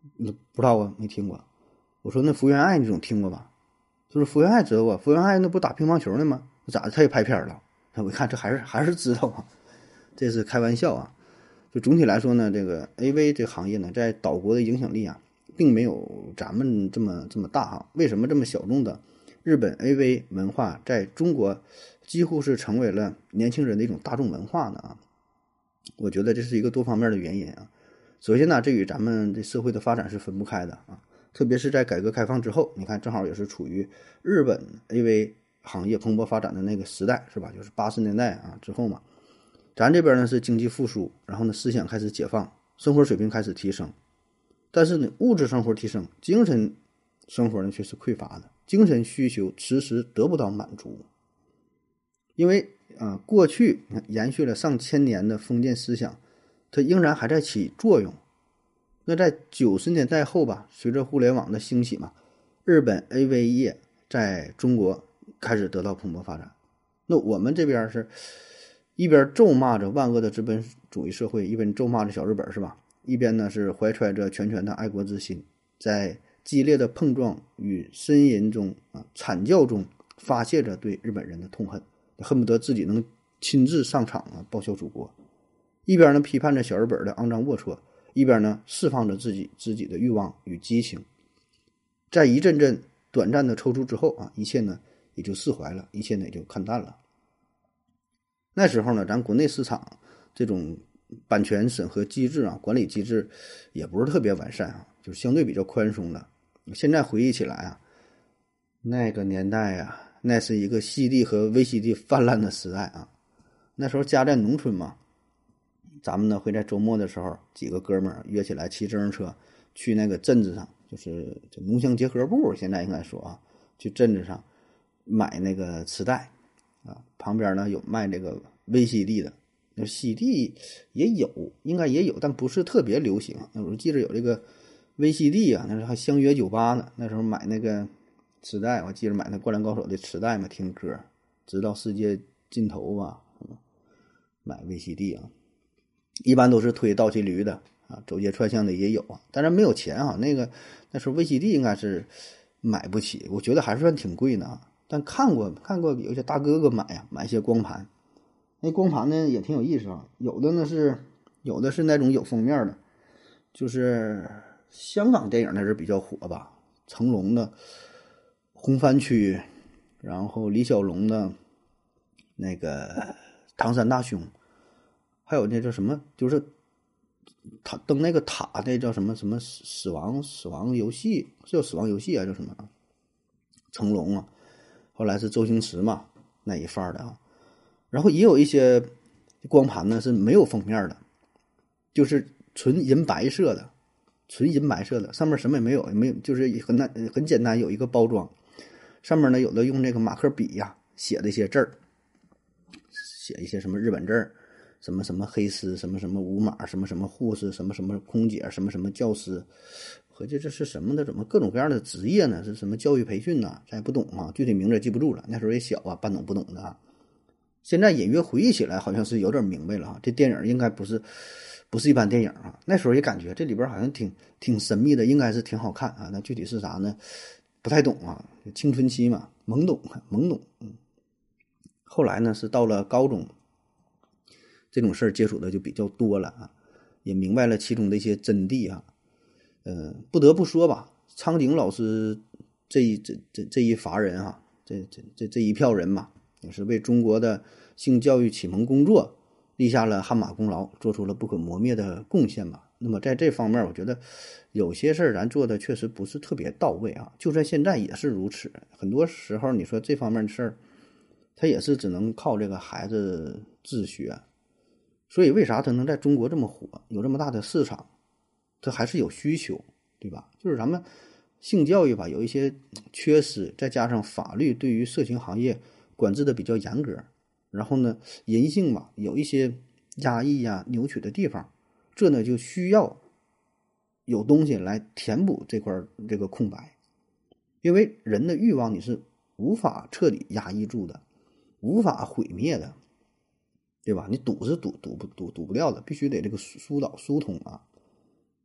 B: 你不知道啊？没听过。我说那福原爱你总听过吧？就是福原爱知道啊，福原爱那不打乒乓球呢吗？咋的他也拍片了？我一看这还是还是知道啊，这是开玩笑啊。就总体来说呢，这个 A V 这个行业呢，在岛国的影响力啊，并没有咱们这么这么大哈。为什么这么小众的日本 A V 文化在中国几乎是成为了年轻人的一种大众文化呢？啊，我觉得这是一个多方面的原因啊。首先呢，这与咱们这社会的发展是分不开的啊。特别是在改革开放之后，你看正好也是处于日本 A V 行业蓬勃发展的那个时代，是吧？就是八十年代啊之后嘛。咱这边呢是经济复苏，然后呢思想开始解放，生活水平开始提升，但是呢物质生活提升，精神生活呢却是匮乏的，精神需求迟迟得不到满足。因为啊、呃、过去延续了上千年的封建思想，它仍然还在起作用。那在九十年代后吧，随着互联网的兴起嘛，日本 A V 业在中国开始得到蓬勃发展。那我们这边是一边咒骂着万恶的资本主义社会，一边咒骂着小日本，是吧？一边呢是怀揣着拳拳的爱国之心，在激烈的碰撞与呻吟中啊惨叫中发泄着对日本人的痛恨，恨不得自己能亲自上场啊报效祖国。一边呢批判着小日本的肮脏龌龊，一边呢释放着自己自己的欲望与激情。在一阵阵短暂的踌躇之后啊，一切呢也就释怀了，一切呢也就看淡了。那时候呢，咱国内市场这种版权审核机制啊，管理机制也不是特别完善啊，就是相对比较宽松的。现在回忆起来啊，那个年代啊，那是一个 C D 和 V C D 泛滥的时代啊。那时候家在农村嘛，咱们呢会在周末的时候几个哥们儿约起来骑自行车去那个镇子上，就是农乡结合部，现在应该说啊，去镇子上买那个磁带啊，旁边呢有卖这个 V C D 的，那 C D 也有，应该也有，但不是特别流行。那我记得有这个 V C D 啊，那时候还相约酒吧呢，那时候买那个磁带，我记得买那灌篮高手的磁带嘛，听歌直到世界尽头吧，买 V C D 啊，一般都是推倒骑驴的啊，走街串巷的也有啊，当然没有钱啊，那个那时候 V C D 应该是买不起，我觉得还是算挺贵的啊。但看过看过有些大哥哥买呀、啊，买一些光盘，那光盘呢也挺有意思啊，有的呢是有的是那种有封面的，就是香港电影那是比较火吧，成龙的《红番区》，然后李小龙的那个《唐山大兄》，还有那叫什么，就是他登那个塔那叫什么什么死亡死亡游戏，是叫死亡游戏啊，叫什么啊？成龙啊。后来是周星驰嘛那一范儿的啊，然后也有一些光盘呢是没有封面的，就是纯银白色的，纯银白色的，上面什么也没有，也没有，就是很难很简单，有一个包装，上面呢有的用这个马克笔呀、啊、写的一些字儿，写一些什么日本字儿，什么什么黑丝，什么什么无码，什么什么护士，什么什么空姐，什么什么教师。合计这是什么的？怎么各种各样的职业呢？是什么教育培训呢？咱也不懂啊，具体名字也记不住了。那时候也小啊，半懂不懂的啊。现在隐约回忆起来，好像是有点明白了啊。这电影应该不是不是一般电影啊。那时候也感觉这里边好像挺挺神秘的，应该是挺好看啊。那具体是啥呢？不太懂啊。青春期嘛，懵懂懵懂。嗯。后来呢，是到了高中，这种事儿接触的就比较多了啊，也明白了其中的一些真谛啊。呃，不得不说吧，苍井老师这一这这这一伐人哈、啊，这这这这一票人嘛，也是为中国的性教育启蒙工作立下了汗马功劳，做出了不可磨灭的贡献吧。那么在这方面，我觉得有些事儿咱做的确实不是特别到位啊，就算现在也是如此。很多时候你说这方面的事儿，他也是只能靠这个孩子自学。所以为啥他能在中国这么火，有这么大的市场？它还是有需求，对吧？就是咱们性教育吧，有一些缺失，再加上法律对于色情行业管制的比较严格，然后呢，人性吧有一些压抑呀、扭曲的地方，这呢就需要有东西来填补这块这个空白，因为人的欲望你是无法彻底压抑住的，无法毁灭的，对吧？你堵是堵堵不堵堵不掉的，必须得这个疏导疏通啊。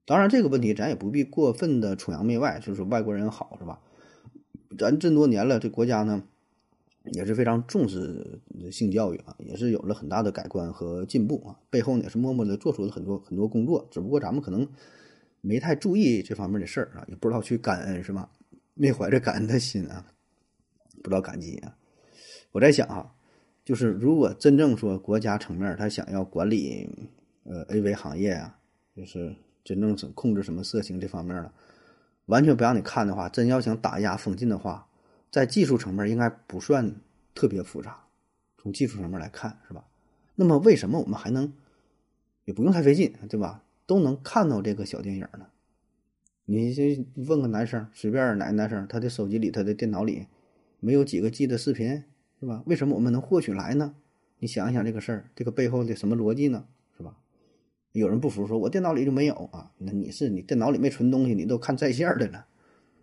B: 当然这个问题咱也不必过分的崇洋媚外，就是外国人好是吧？咱这么多年了，这国家呢也是非常重视性教育啊，也是有了很大的改观和进步啊，背后呢也是默默的做出了很多很多工作，只不过咱们可能没太注意这方面的事儿啊，也不知道去感恩是吧？没怀着感恩的心啊，不知道感激啊。我在想啊，就是如果真正说国家层面他想要管理呃 A V 行业啊，就是真正是控制什么色情这方面的，完全不让你看的话，真要想打压封禁的话，在技术层面应该不算特别复杂，从技术层面来看是吧？那么为什么我们还能也不用太费劲对吧，都能看到这个小电影呢？你就问个男生，随便哪个男生他的手机里他的电脑里没有几个 G 的视频是吧？为什么我们能获取来呢？你想一想这个事儿，这个背后的什么逻辑呢是吧？有人不服说我电脑里就没有啊，那你是你电脑里没存东西，你都看在线的了。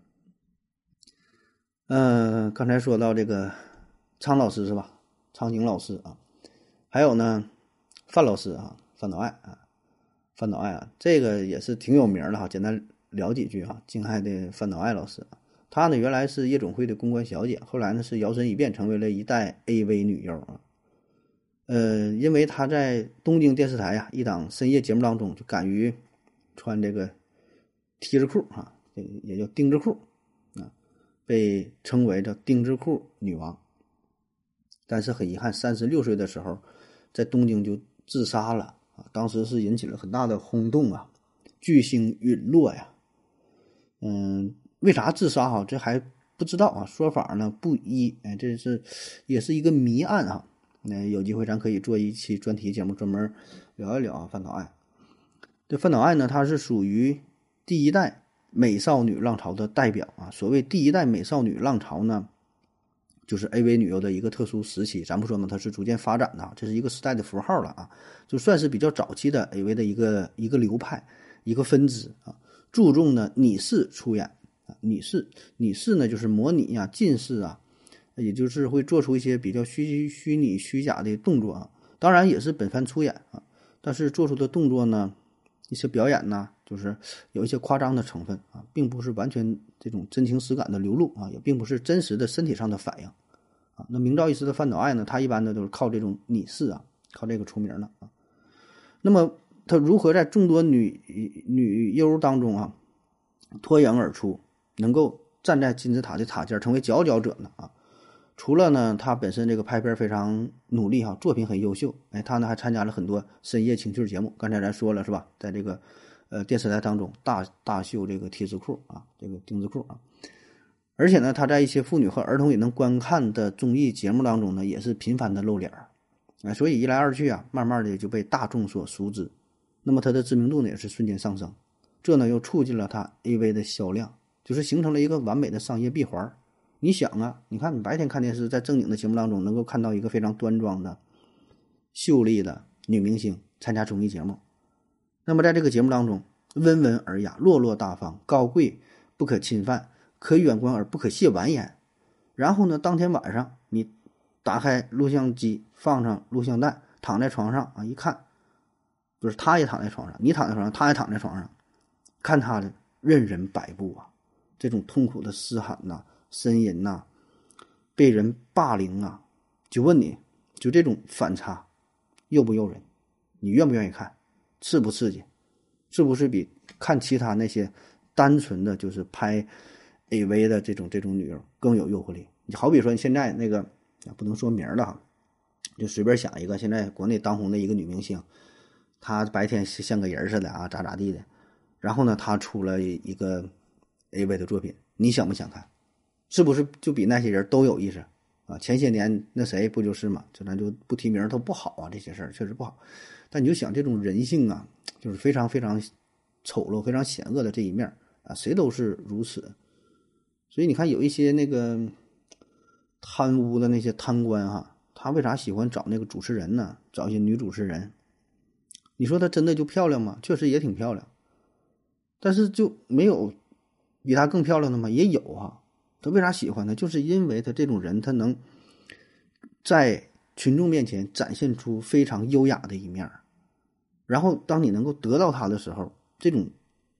B: 嗯、呃，刚才说到这个苍老师是吧？苍井老师啊，还有呢范老师啊，范岛爱啊，范岛爱啊，这个也是挺有名的哈。简单聊几句哈，敬爱的范岛爱老师啊，她呢原来是夜总会的公关小姐，后来呢是摇身一变成为了一代 A V 女优啊。呃，因为她在东京电视台呀、啊、一档深夜节目当中就敢于穿这个梯字裤啊，也叫丁字裤啊，被称为叫丁字裤女王。但是很遗憾，三十六岁的时候在东京就自杀了啊，当时是引起了很大的轰动啊，巨星陨落呀。嗯，为啥自杀哈？这还不知道啊，说法呢不一，哎，这是也是一个谜案啊。那有机会咱可以做一期专题节目，专门聊一聊啊范岛爱。这范岛爱呢，她是属于第一代美少女浪潮的代表啊。所谓第一代美少女浪潮呢，就是 A V 女优的一个特殊时期，咱不说嘛，它是逐渐发展的，这是一个时代的符号了啊，就算是比较早期的 A V 的一个一个流派，一个分支啊，注重呢拟视出演啊，拟视拟视呢就是模拟啊、近视啊，也就是会做出一些比较虚虚拟虚假的动作啊，当然也是本番出演啊，但是做出的动作呢，一些表演呢，就是有一些夸张的成分啊，并不是完全这种真情实感的流露啊，也并不是真实的身体上的反应啊。那名噪一时的范岛爱呢，他一般的都是靠这种拟视啊，靠这个出名的啊。那么他如何在众多女女优当中啊脱颖而出，能够站在金字塔的塔尖成为佼佼者呢啊？除了呢，他本身这个拍片非常努力哈，作品很优秀，哎，他呢还参加了很多深夜情趣节目。刚才咱说了是吧，在这个呃电视台当中大大秀这个 T 字裤啊，这个丁字裤啊，而且呢，他在一些妇女和儿童也能观看的综艺节目当中呢，也是频繁的露脸儿，哎，所以一来二去啊，慢慢的就被大众所熟知。那么他的知名度呢也是瞬间上升，这呢又促进了他 A V 的销量，就是形成了一个完美的商业闭环。你想啊，你看你白天看电视，在正经的节目当中能够看到一个非常端庄的秀丽的女明星参加综艺节目，那么在这个节目当中温文尔雅、落落大方、高贵不可侵犯，可远观而不可亵玩焉。然后呢，当天晚上你打开录像机，放上录像带，躺在床上啊，一看，不是他也躺在床上，你躺在床上，他也躺在床上，看他的任人摆布啊，这种痛苦的嘶喊呐、啊、呻吟呐、啊，被人霸凌啊，就问你，就这种反差诱不诱人？你愿不愿意看？刺不刺激？是不是比看其他那些单纯的就是拍 A V 的这种这种女优更有诱惑力？你好比说你现在那个不能说名了哈，就随便想一个现在国内当红的一个女明星，她白天像个人似的啊，咋咋地的，然后呢她出了一个 A V 的作品，你想不想看？是不是就比那些人都有意思啊？前些年那谁不就是嘛，就咱就不提名都不好啊，这些事儿确实不好。但你就想这种人性啊，就是非常非常丑陋、非常险恶的这一面啊，谁都是如此。所以你看有一些那个贪污的那些贪官哈，他为啥喜欢找那个主持人呢？找一些女主持人，你说她真的就漂亮吗？确实也挺漂亮，但是就没有比她更漂亮的吗？也有啊。他为啥喜欢呢？就是因为他这种人，他能在群众面前展现出非常优雅的一面，然后当你能够得到他的时候，这种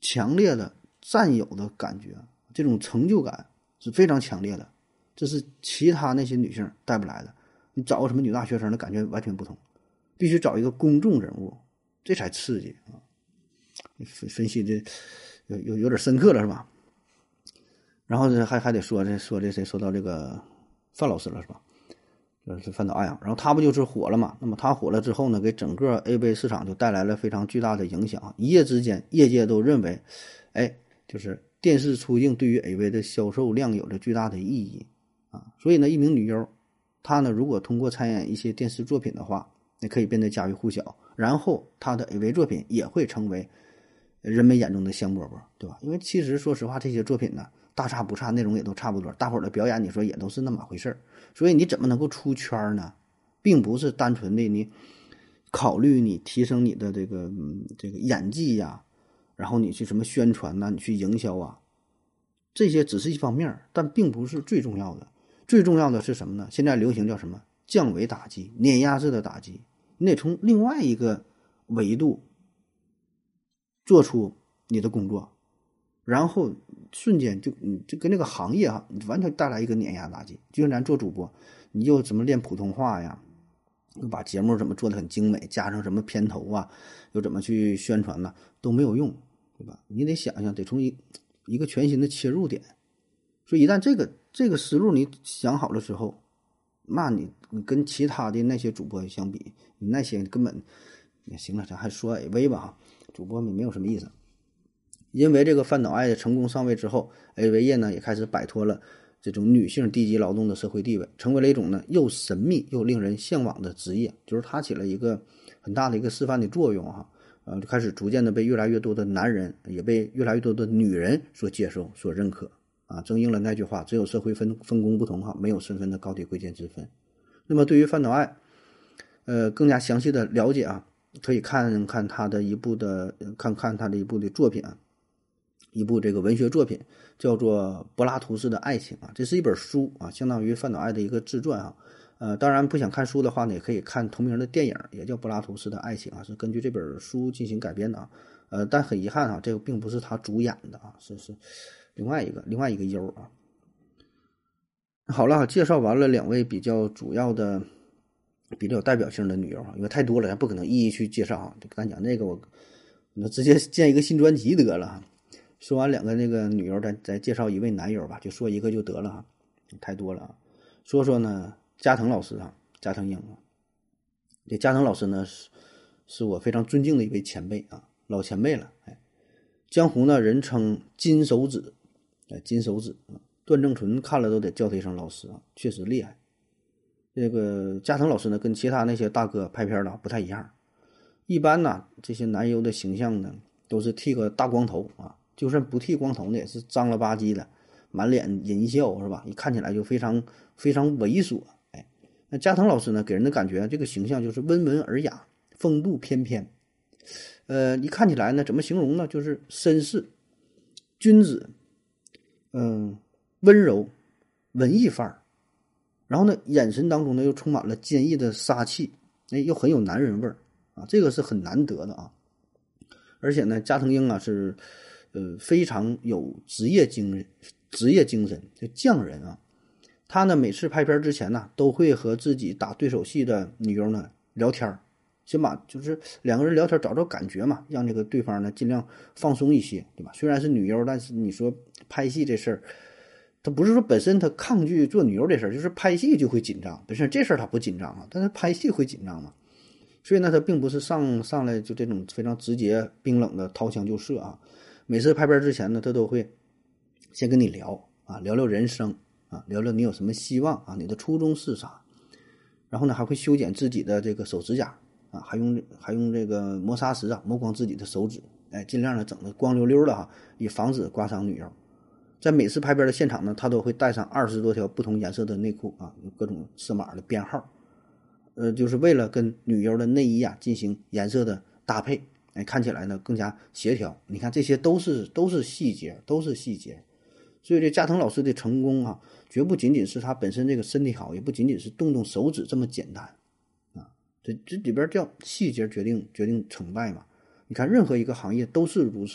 B: 强烈的占有的感觉，这种成就感是非常强烈的，这是其他那些女性带不来的。你找个什么女大学生的感觉完全不同，必须找一个公众人物，这才刺激啊！分分析这有有有点深刻了是吧？然后这还还得说这说这谁说到这个范老师了是吧？就是范岛爱啊，然后他不就是火了嘛？那么他火了之后呢，给整个 A V 市场就带来了非常巨大的影响。一夜之间，业界都认为，哎，就是电视出镜对于 A V 的销售量有着巨大的意义啊。所以呢，一名女优，她呢如果通过参演一些电视作品的话，也可以变得家喻户晓，然后她的 A V 作品也会成为人们眼中的香饽饽，对吧？因为其实说实话，这些作品呢，大差不差，内容也都差不多，大伙儿的表演你说也都是那么回事儿，所以你怎么能够出圈呢？并不是单纯的你考虑你提升你的这个嗯这个演技呀，然后你去什么宣传呐，你去营销啊，这些只是一方面，但并不是最重要的。最重要的是什么呢？现在流行叫什么？降维打击，碾压式的打击。你得从另外一个维度做出你的工作，然后瞬间就你就跟这个行业啊完全带来一个碾压打击。就像咱做主播，你又怎么练普通话呀，又把节目怎么做得很精美，加上什么片头啊，又怎么去宣传呢，都没有用，对吧？你得想想，得从一一个全新的切入点。所以一旦这个这个思路你想好了之后，那你你跟其他的那些主播相比，你那些根本也行了，咱还说 A V 吧哈，主播没有什么意思。因为这个范岛爱的成功上位之后 ，A V 业呢也开始摆脱了这种女性低级劳动的社会地位，成为了一种呢又神秘又令人向往的职业，就是它起了一个很大的一个示范的作用哈。呃，就开始逐渐的被越来越多的男人，也被越来越多的女人所接受、所认可啊，正应了那句话：只有社会分分工不同哈，没有身份的高低贵贱之分。那么对于范岛爱，呃，更加详细的了解啊，可以看看他的一部的，看看他的一部的作品啊。一部这个文学作品叫做《柏拉图式的爱情》啊，这是一本书啊，相当于范岛爱的一个自传啊。呃，当然不想看书的话呢，也可以看同名的电影，也叫《柏拉图式的爱情》啊，是根据这本书进行改编的啊。呃，但很遗憾啊，这个并不是他主演的啊，是是另外一个另外一个优啊。好了，介绍完了两位比较主要的、比较有代表性的女优啊，因为太多了，咱不可能一一去介绍啊。咱讲那个我，那直接建一个新专辑得了。说完两个那个女优，咱再介绍一位男优吧，就说一个就得了哈，太多了啊。说说呢，加藤老师啊，加藤鹰啊，这加藤老师呢是是我非常尊敬的一位前辈啊，老前辈了，哎，江湖呢人称金手指，哎，金手指啊，段正淳看了都得叫他一声老师啊，确实厉害。这个加藤老师呢，跟其他那些大哥拍片的不太一样，一般呢这些男优的形象呢都是剃个大光头啊。就算不剃光头呢，也是脏了吧唧的，满脸淫笑是吧？一看起来就非常非常猥琐。哎，那加藤老师呢，给人的感觉这个形象就是温文尔雅，风度翩翩。呃，一看起来呢，怎么形容呢？就是绅士、君子，嗯、呃，温柔、文艺范儿。然后呢，眼神当中呢又充满了坚毅的杀气，哎，又很有男人味儿啊，这个是很难得的啊。而且呢，加藤鹰啊是。呃，非常有职业精职业精神，就匠人啊。他呢，每次拍片之前呢，都会和自己打对手戏的女优呢聊天，先把就是两个人聊天找找感觉嘛，让这个对方呢尽量放松一些，对吧？虽然是女优，但是你说拍戏这事儿，他不是说本身他抗拒做女优这事儿，就是拍戏就会紧张。本身这事儿他不紧张啊，但是拍戏会紧张嘛。所以呢，他并不是上上来就这种非常直接冰冷的掏枪就射啊。每次拍片之前呢，他都会先跟你聊啊，聊聊人生啊，聊聊你有什么希望啊，你的初衷是啥。然后呢，还会修剪自己的这个手指甲啊，还用还用这个磨砂石啊磨光自己的手指，哎，尽量的整得光溜溜的哈，以防止刮伤女优。在每次拍片的现场呢，他都会带上二十多条不同颜色的内裤啊，有各种色码的编号，呃，就是为了跟女优的内衣啊进行颜色的搭配。哎，看起来呢更加协调。你看这些都是都是细节，都是细节。所以这加藤老师的成功啊，绝不仅仅是他本身这个身体好，也不仅仅是动动手指这么简单啊。这这里边叫细节决定决定成败嘛。你看任何一个行业都是如此，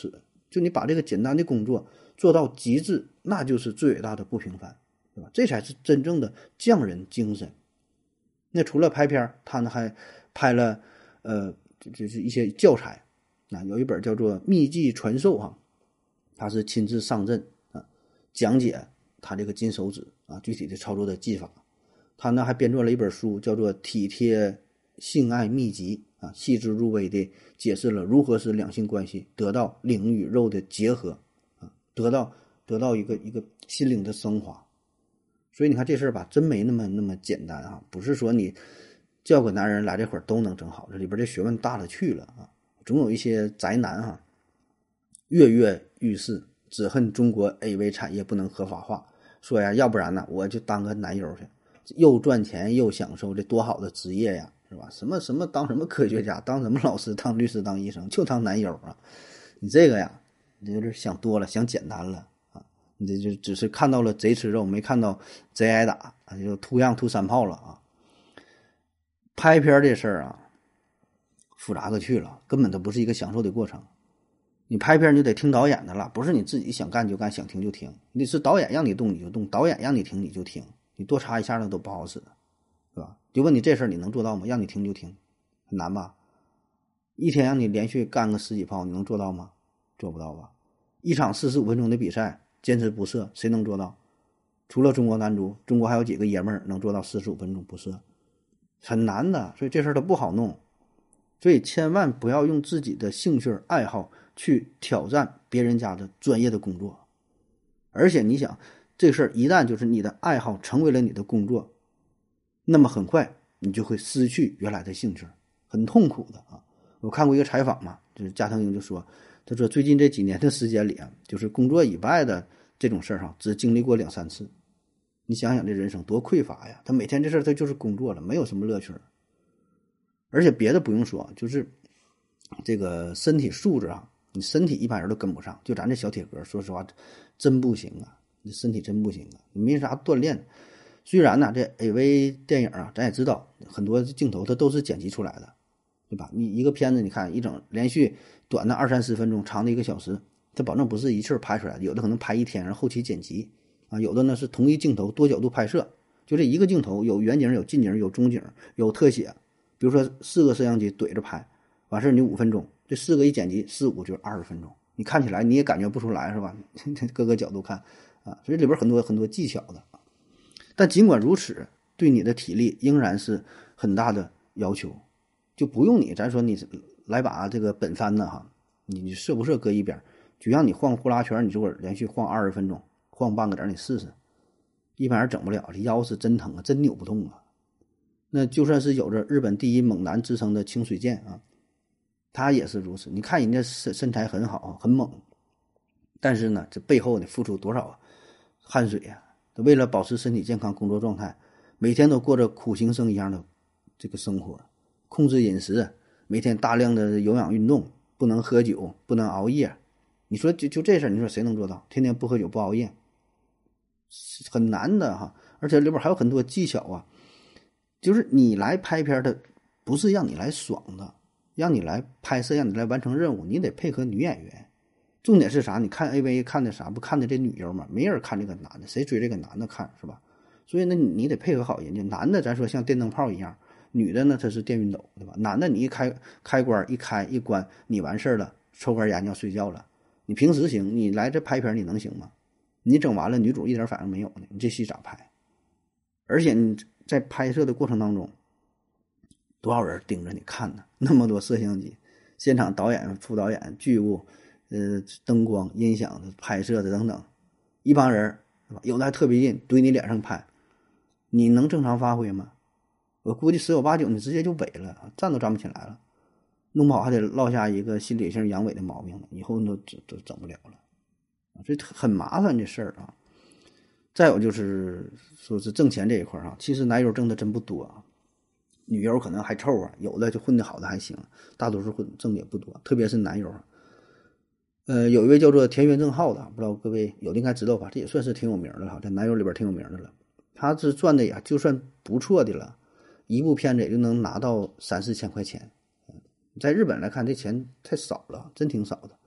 B: 就你把这个简单的工作做到极致，那就是最伟大的不平凡，对吧？这才是真正的匠人精神。那除了拍片，他呢还拍了呃，就是一些教材啊，有一本叫做《秘技传授》哈，他是亲自上阵啊，讲解他这个金手指啊具体的操作的技法。他呢还编撰了一本书，叫做《体贴性爱秘籍》啊，细致入微的解释了如何使两性关系得到灵与肉的结合啊，得到得到一个一个心灵的升华。所以你看这事儿吧，真没那么那么简单啊！不是说你叫个男人来这会儿都能整好，这里边这学问大了去了啊！总有一些宅男哈、啊，跃跃欲试，只恨中国 A V 产业不能合法化，说呀，要不然呢，我就当个男优去。又赚钱又享受，这多好的职业呀，是吧？什么什么当什么科学家，当什么老师，当律师，当医生，就当男友啊！你这个呀，你就是想多了，想简单了啊！你这就只是看到了贼吃肉，没看到贼挨打啊，就图样图三炮了啊！拍片这事儿啊，复杂个去了，根本都不是一个享受的过程。你拍片你就得听导演的了，不是你自己想干就干，想停就停。你是导演让你动你就动，导演让你停你就停。你多插一下那都不好使，对吧？就问你这事儿你能做到吗？让你停就停，很难吧？一天让你连续干个十几炮，你能做到吗？做不到吧？一场四十五分钟的比赛，坚持不射，谁能做到？除了中国男足，中国还有几个爷们儿能做到四十五分钟不射？很难的，所以这事儿都不好弄。所以千万不要用自己的兴趣爱好去挑战别人家的专业的工作，而且你想。这事儿一旦就是你的爱好成为了你的工作，那么很快你就会失去原来的兴趣，很痛苦的啊！我看过一个采访嘛，就是加藤鹰就说，他说最近这几年的时间里啊，就是工作以外的这种事儿哈，只经历过两三次。你想想这人生多匮乏呀！他每天这事儿他就是工作了，没有什么乐趣。而且别的不用说，就是这个身体素质啊，你身体一般人都跟不上，就咱这小铁哥，说实话真不行啊！你身体真不行啊，你没啥锻炼。虽然呢，这 A V 电影啊，咱也知道很多镜头它都是剪辑出来的，对吧？你一个片子，你看一整连续短的二三十分钟，长的一个小时，它保证不是一气儿拍出来的，有的可能拍一天，然后后期剪辑啊，有的呢是同一镜头多角度拍摄，就这一个镜头有远景、有近景、有中景、有特写。比如说四个摄像机怼着拍，完事儿你五分钟，这四个一剪辑，四五就是二十分钟，你看起来你也感觉不出来，是吧？各个角度看。啊，所以里边很多很多技巧的，但尽管如此，对你的体力仍然是很大的要求，就不用你咱说你来把这个本番的哈，你你射不射搁一边，就让你晃呼啦圈，你这会儿连续晃二十分钟，晃半个点你试试，一般人整不了，这腰是真疼啊，真扭不动啊。那就算是有着日本第一猛男之称的清水健啊，他也是如此。你看人家身身材很好，很猛，但是呢，这背后呢付出多少汗水呀、啊！为了保持身体健康、工作状态，每天都过着苦行僧一样的这个生活，控制饮食，每天大量的有氧运动，不能喝酒，不能熬夜。你说就就这事儿，你说谁能做到？天天不喝酒不熬夜，很难的哈。而且里边还有很多技巧啊，就是你来拍片的，不是让你来爽的，让你来拍摄，让你来完成任务，你得配合女演员。重点是啥？你看 A V 看的啥？不看的这女优嘛？没人看这个男的，谁追这个男的看是吧？所以呢，你得配合好人家。男的咱说像电灯泡一样，女的呢它是电熨斗，对吧？男的你一开开关一开一关，你完事儿了，抽根烟就要睡觉了。你平时行，你来这拍片你能行吗？你整完了，女主一点反应没有呢，你这戏咋拍？而且你在拍摄的过程当中，多少人盯着你看呢？那么多摄像机，现场导演、副导演、剧务。呃，灯光、音响的拍摄的等等，一帮人，有的还特别近，怼你脸上拍，你能正常发挥吗？我估计十有八九你直接就萎了，站都站不起来了，弄不好还得落下一个心理性阳痿的毛病了，以后都都都整不了了，所以很麻烦这事儿啊。再有就是说是挣钱这一块啊，其实男优挣的真不多啊，女优可能还凑合，有的就混得好的还行，大多数混挣的也不多，特别是男优。呃，有一位叫做田园正浩的，不知道各位有的应该知道吧？这也算是挺有名的了，在男优里边挺有名的了。他是赚的呀，就算不错的了，一部片子也就能拿到三四千块钱。在日本来看，这钱太少了，真挺少的。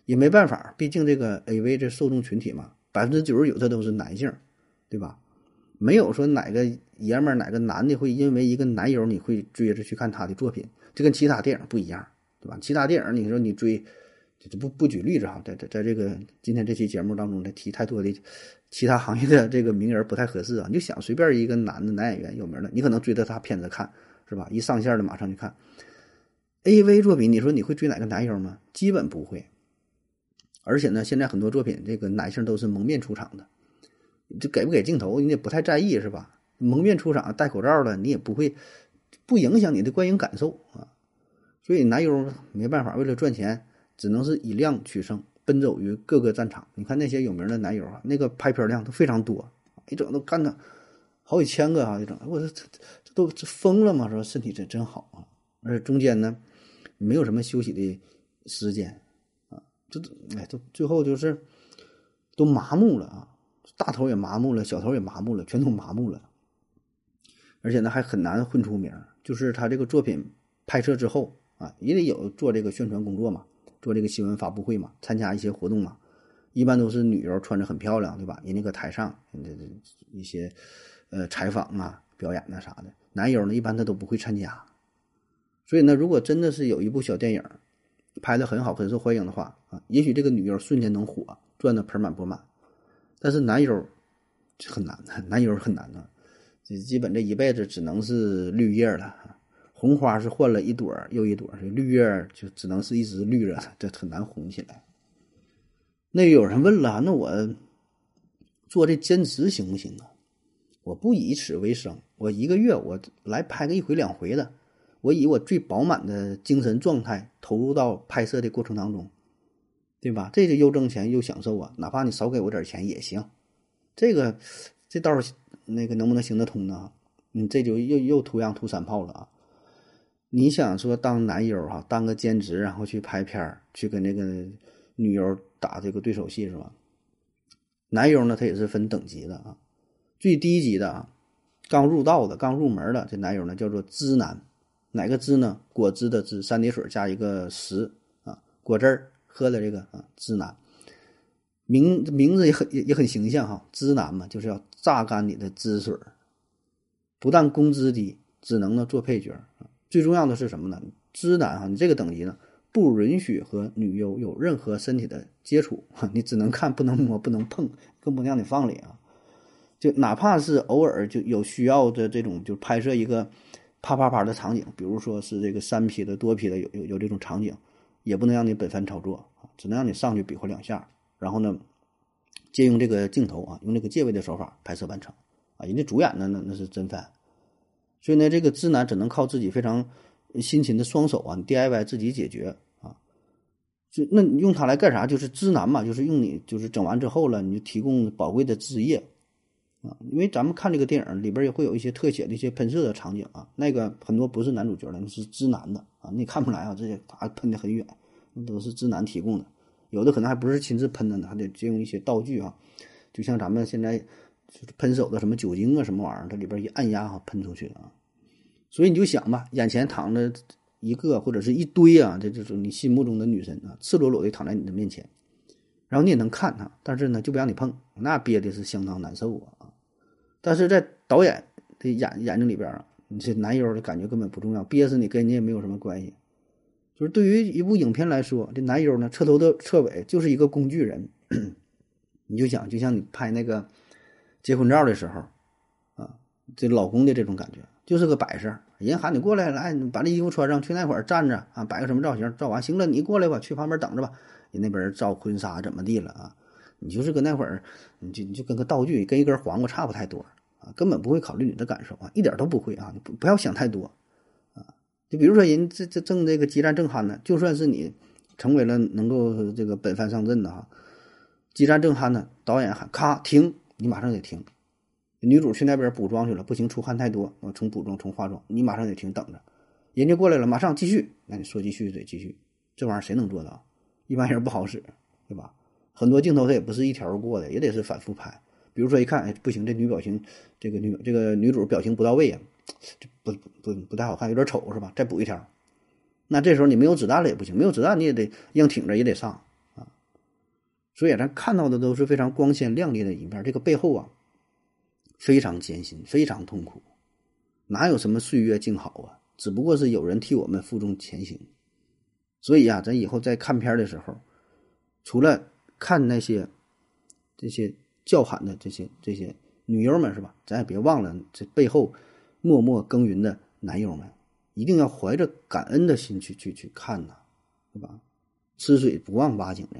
B: 也没办法，毕竟这个 A V 这受众群体嘛，百分之九十九这都是男性，对吧？没有说哪个爷们儿哪个男的会因为一个男优你会追着去看他的作品，这跟其他电影不一样，对吧？其他电影你说你追，就不不举例子哈，在在在这个今天这期节目当中再提太多的其他行业的这个名人不太合适啊。你就想随便一个男的男演员有名的，你可能追着他片子看，是吧？一上线的马上去看。A V 作品，你说你会追哪个男优吗？基本不会。而且呢，现在很多作品这个男性都是蒙面出场的。这给不给镜头你也不太在意，是吧？蒙面出场戴口罩的你也不会不影响你的观影感受啊。所以男优没办法，为了赚钱只能是以量取胜，奔走于各个战场。你看那些有名的男优啊，那个拍片量都非常多，一整都干的好几千个啊，一整我这这这都这疯了吗？说身体真真好啊，而且中间呢没有什么休息的时间啊，这哎都最后就是都麻木了啊。大头也麻木了，小头也麻木了，全都麻木了。而且呢，还很难混出名。就是他这个作品拍摄之后啊，也得有做这个宣传工作嘛，做这个新闻发布会嘛，参加一些活动嘛。一般都是女优穿着很漂亮，对吧？人家搁台上，这一些呃采访啊、表演啊啥的。男优呢，一般他都不会参加。所以呢，如果真的是有一部小电影拍得很好、很受欢迎的话啊，也许这个女优瞬间能火，赚得盆满钵满。但是男优很难的，男优很难的，这基本这一辈子只能是绿叶了。红花是换了一朵又一朵，绿叶就只能是一直绿着，这很难红起来。那有人问了，那我做这兼职行不行啊？我不以此为生，我一个月我来拍个一回两回的，我以我最饱满的精神状态投入到拍摄的过程当中。对吧？这个又挣钱又享受啊，哪怕你少给我点钱也行。这个这道那个能不能行得通呢？你这就又又图样图三炮了啊！你想说当男优哈，当个兼职，然后去拍片去跟那个女优打这个对手戏是吧？男优呢，他也是分等级的啊，最低级的啊，刚入道的、刚入门的这男优呢叫做知男，哪个知呢？果汁的汁，三点水加一个食啊，果汁儿。喝的这个啊，知男，名名字也很也也很形象哈，知男嘛，就是要榨干你的汁水，不但工资低，只能呢做配角。最重要的是什么呢？知男哈，你这个等级呢，不允许和女优有任何身体的接触，你只能看，不能摸，不能碰，更不能让你放里啊。就哪怕是偶尔就有需要的这种，就拍摄一个啪啪啪的场景，比如说是这个三 P 的、多 P 的，有有有这种场景。也不能让你本番操作，只能让你上去比划两下，然后呢，借用这个镜头啊，用这个借位的手法拍摄完成啊。人家主演呢，那那是真番，所以呢，这个知男只能靠自己非常辛勤的双手啊 ，D I Y 自己解决啊。就那你用它来干啥？就是知男嘛，就是用你就是整完之后了，你就提供宝贵的汁液啊。因为咱们看这个电影里边也会有一些特写的一些喷射的场景啊，那个很多不是男主角的，那是知男的。啊，你看不来啊，这些他喷得很远，都是知男提供的，有的可能还不是亲自喷的呢，还得借用一些道具啊，就像咱们现在就是喷手的什么酒精啊什么玩意儿，它里边一按压哈喷出去啊，所以你就想吧，眼前躺着一个或者是一堆啊，这就是你心目中的女神啊，赤裸裸的躺在你的面前，然后你也能看她，但是呢就不让你碰，那憋的是相当难受啊。但是在导演的眼眼睛里边啊，你这男优的感觉根本不重要，憋死你跟你也没有什么关系。就是对于一部影片来说，这男优呢彻头的彻尾就是一个工具人。你就想，就像你拍那个结婚照的时候啊，这老公的这种感觉，就是个摆设。人喊你过来，来把这衣服穿上，去那会儿站着啊，摆个什么造型，照完行了，你过来吧，去旁边等着吧。人那边照婚纱怎么地了啊？你就是跟那会儿，你就你就跟个道具，跟一根黄瓜差不太多啊，根本不会考虑你的感受啊，一点都不会啊，你不不要想太多啊。就比如说人这这正这个激战正酣呢，就算是你成为了能够这个本番上阵的哈，激战正酣呢，导演喊咔停，你马上得停。女主去那边补妆去了，不行，出汗太多，我重补妆重化妆，你马上得停，等着。人家过来了，马上继续，那你说继续得继续，这玩意儿谁能做到？一般人不好使，对吧？很多镜头它也不是一条过的，也得是反复拍。比如说一看，哎，不行，这女表情，这个女这个女主表情不到位啊，这不不不太好看，有点丑是吧？再补一条，那这时候你没有子弹了也不行，没有子弹你也得硬挺着也得上啊。 所以咱看到的都是非常光鲜亮丽的一面，这个背后啊非常艰辛，非常痛苦，哪有什么岁月静好啊，只不过是有人替我们负重前行。所以啊，咱以后在看片的时候，除了看那些这些叫喊的这些这些女优们是吧，咱也别忘了这背后默默耕耘的男优们，一定要怀着感恩的心去去去看呐，对吧？吃水不忘挖井的。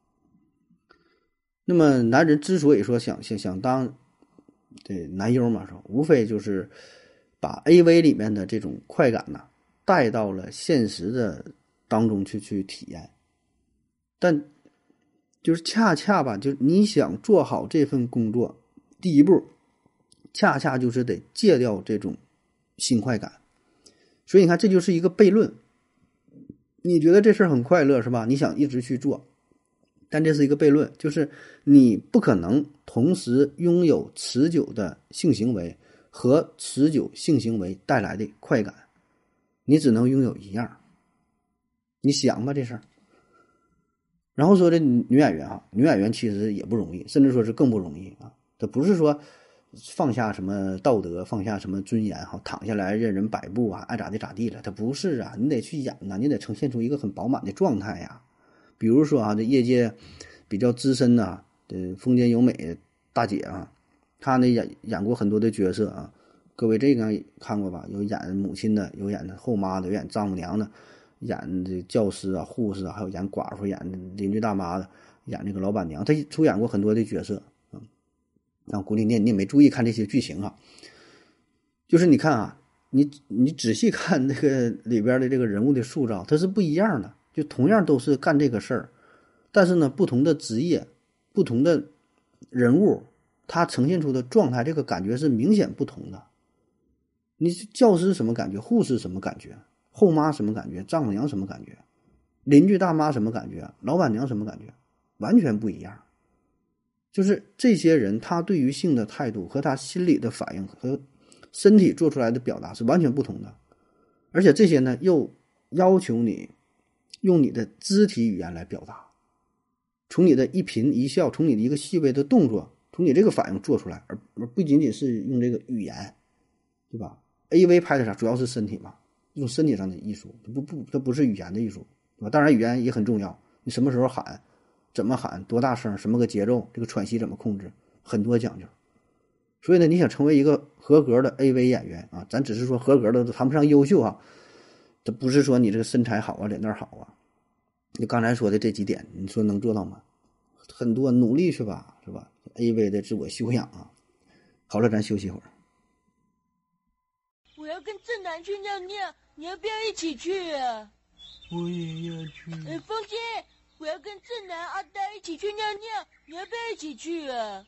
B: 那么男人之所以说想想想当这男优嘛，说无非就是把 A V 里面的这种快感呐带到了现实的当中去去体验，但就是恰恰吧，就你想做好这份工作，第一步恰恰就是得戒掉这种新快感。所以你看，这就是一个悖论。你觉得这事儿很快乐是吧？你想一直去做，但这是一个悖论，就是你不可能同时拥有持久的性行为和持久性行为带来的快感，你只能拥有一样。你想吧这事儿。然后说这女演员啊，女演员其实也不容易，甚至说是更不容易啊。这不是说放下什么道德，放下什么尊严哈，躺下来任人摆布啊，爱咋地咋地了。它不是啊，你得去演呐，你得呈现出一个很饱满的状态呀。比如说啊，这业界比较资深的啊，这丰间由美大姐啊，她呢演演过很多的角色啊。各位这个看过吧？有演母亲的，有演后妈的，有演丈母娘的，演这教师啊、护士啊，还有演寡妇、演邻居大妈的，演这个老板娘。她出演过很多的角色。啊，鼓励你，你也没注意看这些剧情啊。就是你看啊，你你仔细看那个里边的这个人物的塑造，它是不一样的。就同样都是干这个事儿，但是呢，不同的职业、不同的人物，他呈现出的状态，这个感觉是明显不同的。你教师什么感觉？护士什么感觉？后妈什么感觉？丈母娘什么感觉？邻居大妈什么感觉？老板娘什么感觉？完全不一样。就是这些人他对于性的态度和他心理的反应和身体做出来的表达是完全不同的，而且这些呢又要求你用你的肢体语言来表达，从你的一颦一笑，从你的一个细微的动作，从你这个反应做出来，而而不仅仅是用这个语言，对吧？ A V 拍的啥主要是身体嘛，一种身体上的艺术，不不它不是语言的艺术，对吧？当然语言也很重要，你什么时候喊，怎么喊，多大声，什么个节奏，这个喘息怎么控制，很多讲究。所以呢，你想成为一个合格的 A V 演员啊，咱只是说合格的都谈不上优秀啊，这不是说你这个身材好啊，脸蛋好啊。你刚才说的这几点，你说能做到吗？很多努力去吧，是吧 ？A V 的自我修养啊。好了，咱休息一会儿。
C: 我要跟正南去尿尿，你要不要一起去啊？
D: 我也要去。
C: 呃，风姐，我要跟正南、阿呆一起去尿尿，你要不要一起去啊？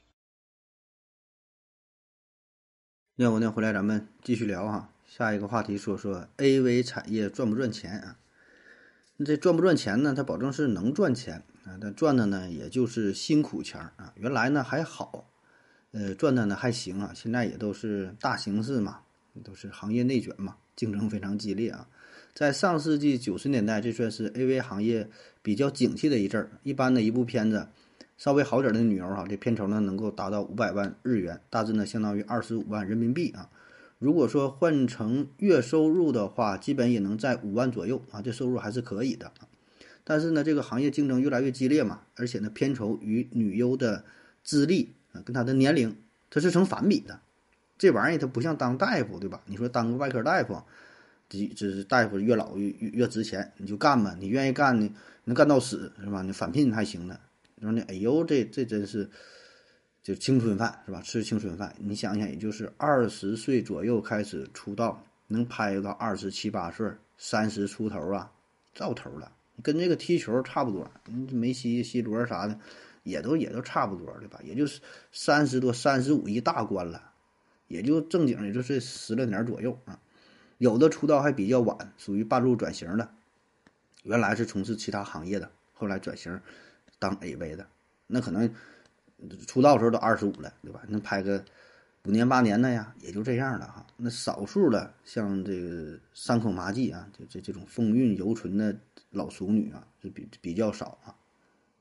B: 尿过尿回来，咱们继续聊哈。下一个话题说说 A V 产业赚不赚钱啊？这赚不赚钱呢？它保证是能赚钱啊，但赚的呢也就是辛苦钱啊。原来呢还好，呃，赚的呢还行啊。现在也都是大形势嘛，都是行业内卷嘛，竞争非常激烈啊。在上世纪九十年代，这算是 A V 行业比较景气的一阵儿。一般的一部片子，稍微好点的女优哈，这片酬呢能够达到五百万日元，大致呢相当于二十五万人民币啊。如果说换成月收入的话，基本也能在五万左右啊，这收入还是可以的。但是呢，这个行业竞争越来越激烈嘛，而且呢，片酬与女优的资历啊，跟她的年龄，它是成反比的。这玩意儿它不像当大夫，对吧？你说当个外科大夫，这这是大夫越老越越越值钱，你就干吧，你愿意干呢，能干到死是吧？你返聘还行呢。你说呢？哎呦，这这真是。就青春饭是吧？吃青春饭，你想想，也就是二十岁左右开始出道，能拍到二十七八岁，三十出头啊，到头了，跟这个踢球差不多。梅西、C 罗啥的，也都也都差不多，对吧？也就是三十多、三十五一大关了，也就正经也就是十来年左右啊。有的出道还比较晚，属于半路转型的，原来是从事其他行业的，后来转型当 A V 的，那可能。出道的时候都二十五了，对吧？能拍个五年八年的呀，也就这样了哈。那少数的像这个山口麻纪啊，这这这种风韵犹存的老熟女啊，就比比较少啊。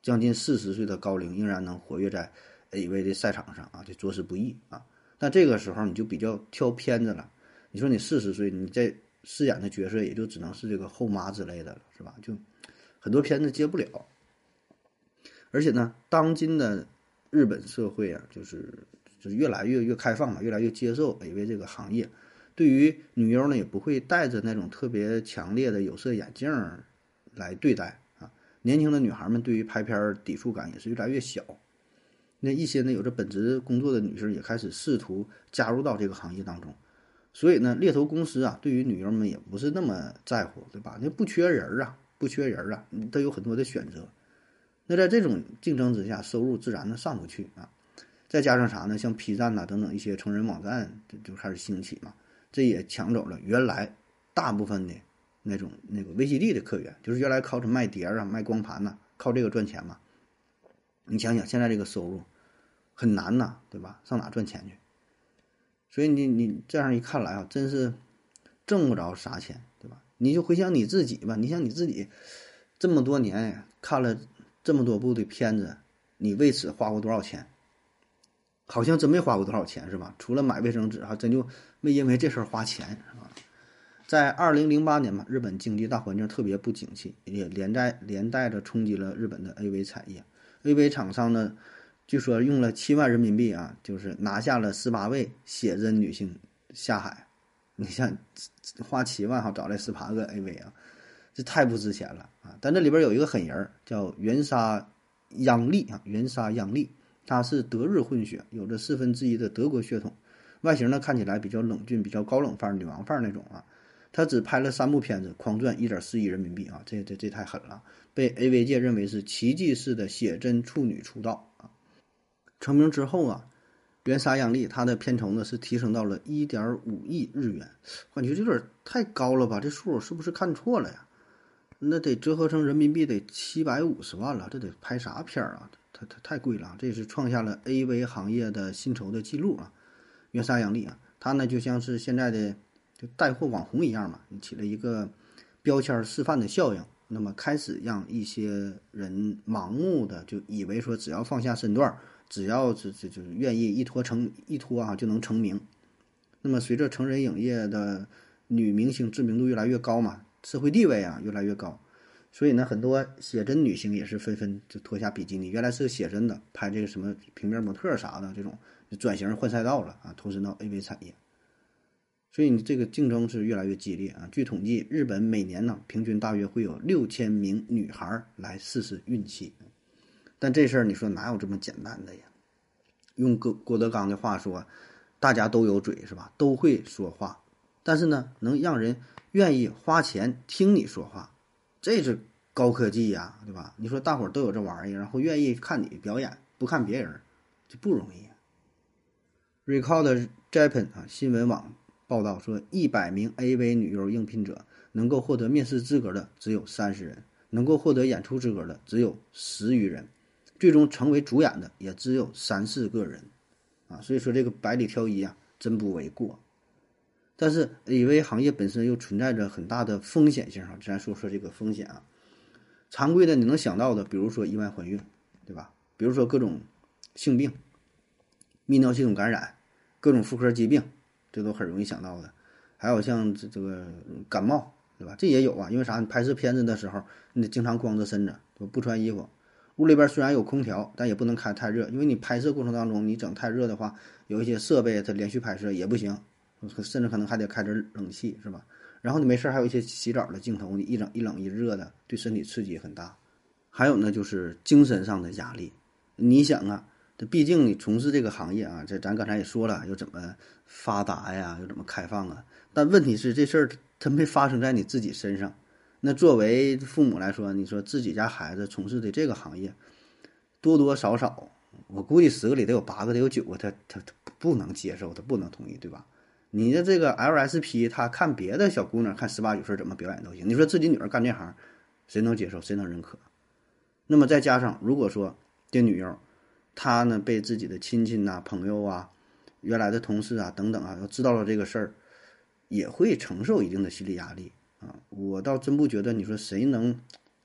B: 将近四十岁的高龄仍然能活跃在 A V 的赛场上啊，这着实不易啊。但这个时候你就比较挑片子了，你说你四十岁，你在饰演的角色也就只能是这个后妈之类的了，是吧？就很多片子接不了。而且呢，当今的日本社会啊，就是就是越来越越开放了，越来越接受 A V 这个行业。对于女优呢，也不会戴着那种特别强烈的有色眼镜来对待啊。年轻的女孩们对于拍片抵触感也是越来越小。那一些呢有着本职工作的女性也开始试图加入到这个行业当中。所以呢，猎头公司啊，对于女优们也不是那么在乎，对吧？那不缺人啊，不缺人啊，都有很多的选择。那在这种竞争之下，收入自然的上不去啊。再加上啥呢？像 P 站呐、啊、等等一些成人网站就就开始兴起嘛，这也抢走了原来大部分的那种那个 V C D 的客源，就是原来靠着卖碟啊、卖光盘呐、啊，靠这个赚钱嘛。你想想现在这个收入很难呐、啊，对吧？上哪赚钱去？所以你你这样一看来啊，真是挣不着啥钱，对吧？你就回想你自己吧，你想你自己这么多年看了这么多部的片子，你为此花过多少钱？好像真没花过多少钱，是吧？除了买卫生纸，还真就没因为这事儿花钱，是吧？在二零零八年嘛，日本经济大环境特别不景气，也连带连带着冲击了日本的 A V 产业。A V 厂商呢，据说用了七万人民币啊，就是拿下了十八位写真女性下海。你像花七万哈找来十八个 A V 啊，这太不值钱了啊！但这里边有一个狠人叫原沙央丽啊，原沙央丽。她是德日混血，有着四分之一的德国血统，外形呢看起来比较冷峻、比较高冷范儿、女王范儿那种啊。她只拍了三部片子，狂赚一点四亿人民币啊，这这这太狠了，被 A V 界认为是奇迹式的写真处女出道啊。成名之后啊，原沙央丽她的片酬呢是提升到了一点五亿日元，感觉这有点太高了吧？这数是不是看错了呀？那得折合成人民币得七百五十万了，这得拍啥片儿啊？它它太贵了，这也是创下了 A V 行业的薪酬的记录啊。原沙央丽啊，他呢就像是现在的就带货网红一样嘛，起了一个标签示范的效应，那么开始让一些人盲目的就以为说只要放下身段，只要是就就是愿意一脱成一脱啊就能成名。那么随着成人影业的女明星知名度越来越高嘛，社会地位啊越来越高。所以呢，很多写真女星也是纷纷就脱下比基尼，原来是写真的，拍这个什么平面模特啥的，这种就转型换赛道了啊，投身到 A V 产业。所以你这个竞争是越来越激烈啊。据统计，日本每年呢，平均大约会有六千名女孩来试试运气。但这事儿你说哪有这么简单的呀？用郭郭德纲的话说，大家都有嘴是吧？都会说话，但是呢，能让人愿意花钱听你说话。这是高科技呀、啊，对吧？你说大伙儿都有这玩意儿，然后愿意看你表演，不看别人，这不容易、啊。Record Japan 啊，新闻网报道说，一百名 A V 女优应聘者能够获得面试资格的只有三十人，能够获得演出资格的只有十余人，最终成为主演的也只有三四个人，啊，所以说这个百里挑一啊，真不为过。但是 A V 行业本身又存在着很大的风险性啊，咱说说这个风险啊。常规的你能想到的，比如说意外怀孕，对吧？比如说各种性病、泌尿系统感染、各种妇科疾病，这都很容易想到的。还有像这这个感冒，对吧？这也有啊，因为啥？你拍摄片子的时候，你得经常光着身子，不穿衣服。屋里边虽然有空调，但也不能开太热，因为你拍摄过程当中你整太热的话，有一些设备它连续拍摄也不行。甚至可能还得开着冷气，是吧？然后你没事还有一些洗澡的镜头，你一冷一冷一热的，对身体刺激很大。还有呢，就是精神上的压力。你想啊，这毕竟你从事这个行业啊，这咱刚才也说了，又怎么发达呀，又怎么开放啊？但问题是这事儿它没发生在你自己身上。那作为父母来说，你说自己家孩子从事的这个行业，多多少少，我估计十个里得有八个，得有九个他他他不能接受，他不能同意，对吧？你的这个 L S P， 他看别的小姑娘看十八九岁怎么表演都行，你说自己女儿干这行，谁能接受，谁能认可？那么再加上如果说这女优，她呢被自己的亲戚呐、朋友啊、原来的同事啊等等啊，要知道了这个事儿，也会承受一定的心理压力啊。我倒真不觉得，你说谁能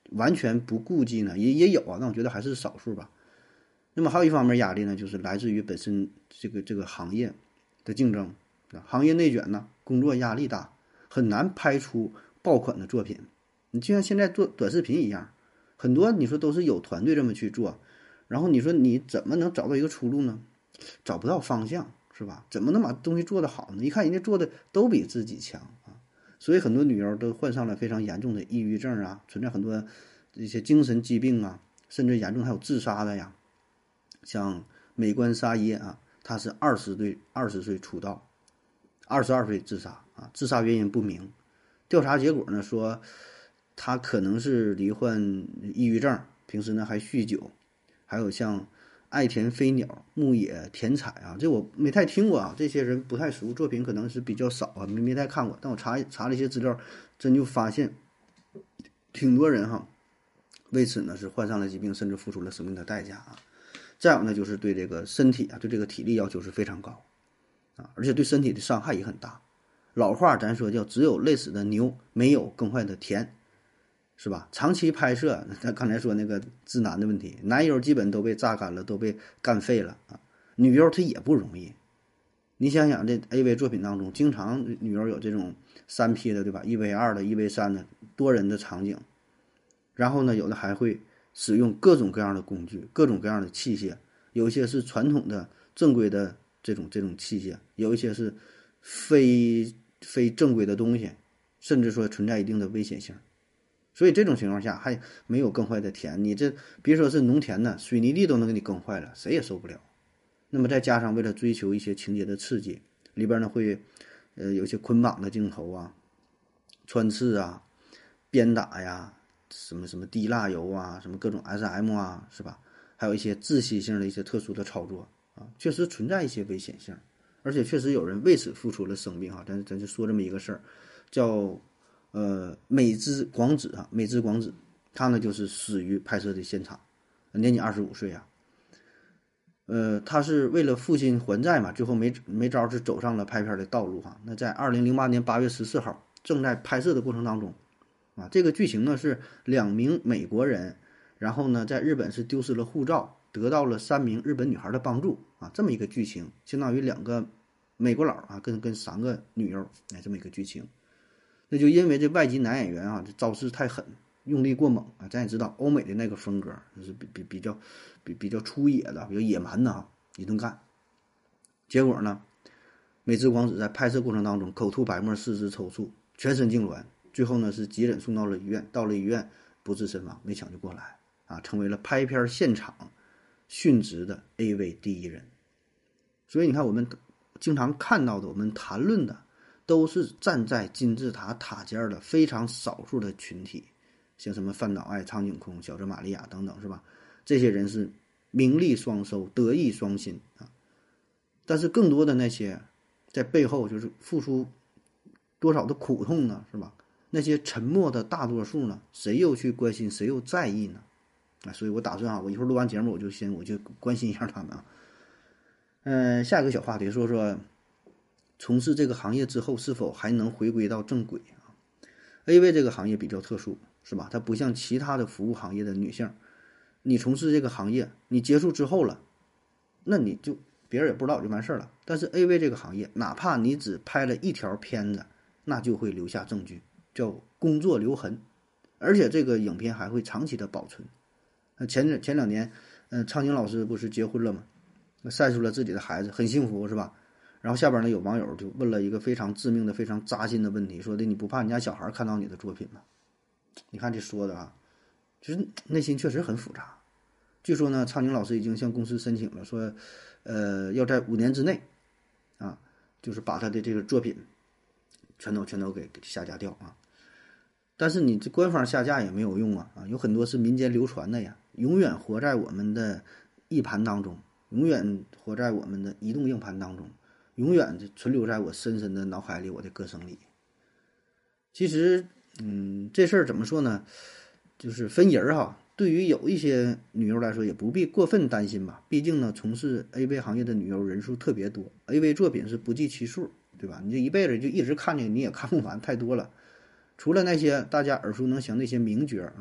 B: 完全不顾忌呢，也也有啊，但我觉得还是少数吧。那么还有一方面压力呢，就是来自于本身这个这个行业的竞争，行业内卷呢，工作压力大，很难拍出爆款的作品。你就像现在做短视频一样，很多你说都是有团队这么去做，然后你说你怎么能找到一个出路呢？找不到方向，是吧？怎么能把东西做得好呢？一看人家做的都比自己强啊，所以很多女优都患上了非常严重的抑郁症啊，存在很多一些精神疾病啊，甚至严重还有自杀的呀。像美观沙耶啊，她是二十岁二十岁出道，二十二岁自杀啊，自杀原因不明。调查结果呢说，她可能是罹患抑郁症，平时呢还酗酒。还有像爱田飞鸟、牧野田彩啊，这我没太听过啊，这些人不太熟，作品可能是比较少啊，没没太看过。但我查查了一些资料，真就发现挺多人哈，为此呢是患上了疾病，甚至付出了生命的代价啊。再有呢，就是对这个身体啊，对这个体力要求是非常高啊，而且对身体的伤害也很大。老话咱说叫只有累死的牛，没有耕坏的田，是吧？长期拍摄，他刚才说那个自男的问题，男优基本都被榨干了，都被干废了啊。女优她也不容易，你想想这 A V 作品当中，经常女优有这种三 P 的，对吧？一 V 二的、一 V 三的多人的场景，然后呢，有的还会使用各种各样的工具、各种各样的器械，有一些是传统的正规的这种这种器械，有一些是非非正规的东西，甚至说存在一定的危险性。所以这种情况下还没有耕坏的田，你这别说是农田呢，水泥地都能给你耕坏了，谁也受不了。那么再加上为了追求一些情节的刺激，里边呢会呃有一些捆绑的镜头啊、穿刺啊、鞭打呀、什么什么滴蜡油啊、什么各种 S M 啊，是吧？还有一些窒息性的一些特殊的操作啊，确实存在一些危险性，而且确实有人为此付出了生命哈。咱咱就说这么一个事儿，叫呃美之广子啊，美之广子，他呢就是死于拍摄的现场，年仅二十五岁啊。呃，他是为了父亲还债嘛，最后没没招是走上了拍片的道路哈。那在二零零八年八月十四号，正在拍摄的过程当中，啊，这个剧情呢是两名美国人，然后呢在日本是丢失了护照，得到了三名日本女孩的帮助啊，这么一个剧情，相当于两个美国佬啊跟跟三个女优哎这么一个剧情。那就因为这外籍男演员啊，这招式太狠，用力过猛啊！咱也知道欧美的那个风格，就是比比比较比比较粗野的、比较野蛮的哈，一顿干。结果呢，美之广子在拍摄过程当中口吐白沫、四肢抽搐、全身痉挛，最后呢是急诊送到了医院，到了医院不治身亡，没抢救过来啊，成为了拍片现场殉职的 A V 第一人。所以你看，我们经常看到的，我们谈论的，都是站在金字塔塔尖的非常少数的群体。像什么范岛爱、苍井空、小泽玛利亚等等，是吧？这些人是名利双收、德艺双馨啊。但是更多的那些在背后就是付出多少的苦痛呢，是吧？那些沉默的大多数呢，谁又去关心，谁又在意呢？啊，所以我打算啊，我一会儿录完节目，我就先我就关心一下他们啊。嗯、呃，下一个小话题说说从事这个行业之后是否还能回归到正轨啊 ？A V 这个行业比较特殊。是吧？它不像其他的服务行业的女性，你从事这个行业，你结束之后了，那你就别人也不知道就完事儿了。但是 A V 这个行业，哪怕你只拍了一条片子，那就会留下证据，叫工作留痕，而且这个影片还会长期的保存。那前前两年，嗯、呃，苍井老师不是结婚了吗？晒出了自己的孩子，很幸福，是吧？然后下边呢，有网友就问了一个非常致命的、非常扎心的问题，说的你不怕你家小孩看到你的作品吗？你看这说的啊，就是内心确实很复杂。据说呢，苍井老师已经向公司申请了，说，呃，要在五年之内，啊，就是把他的这个作品全都全都给给下架掉啊。但是你这官方下架也没有用啊，啊，有很多是民间流传的呀，永远活在我们的硬盘当中，永远活在我们的移动硬盘当中，永远存留在我深深的脑海里，我的歌声里。其实。嗯，这事儿怎么说呢？就是分人哈。对于有一些女优来说，也不必过分担心吧。毕竟呢，从事 A V 行业的女优人数特别多 ，A V 作品是不计其数，对吧？你这一辈子就一直看见，你也看不完，太多了。除了那些大家耳熟能详的一些名角啊，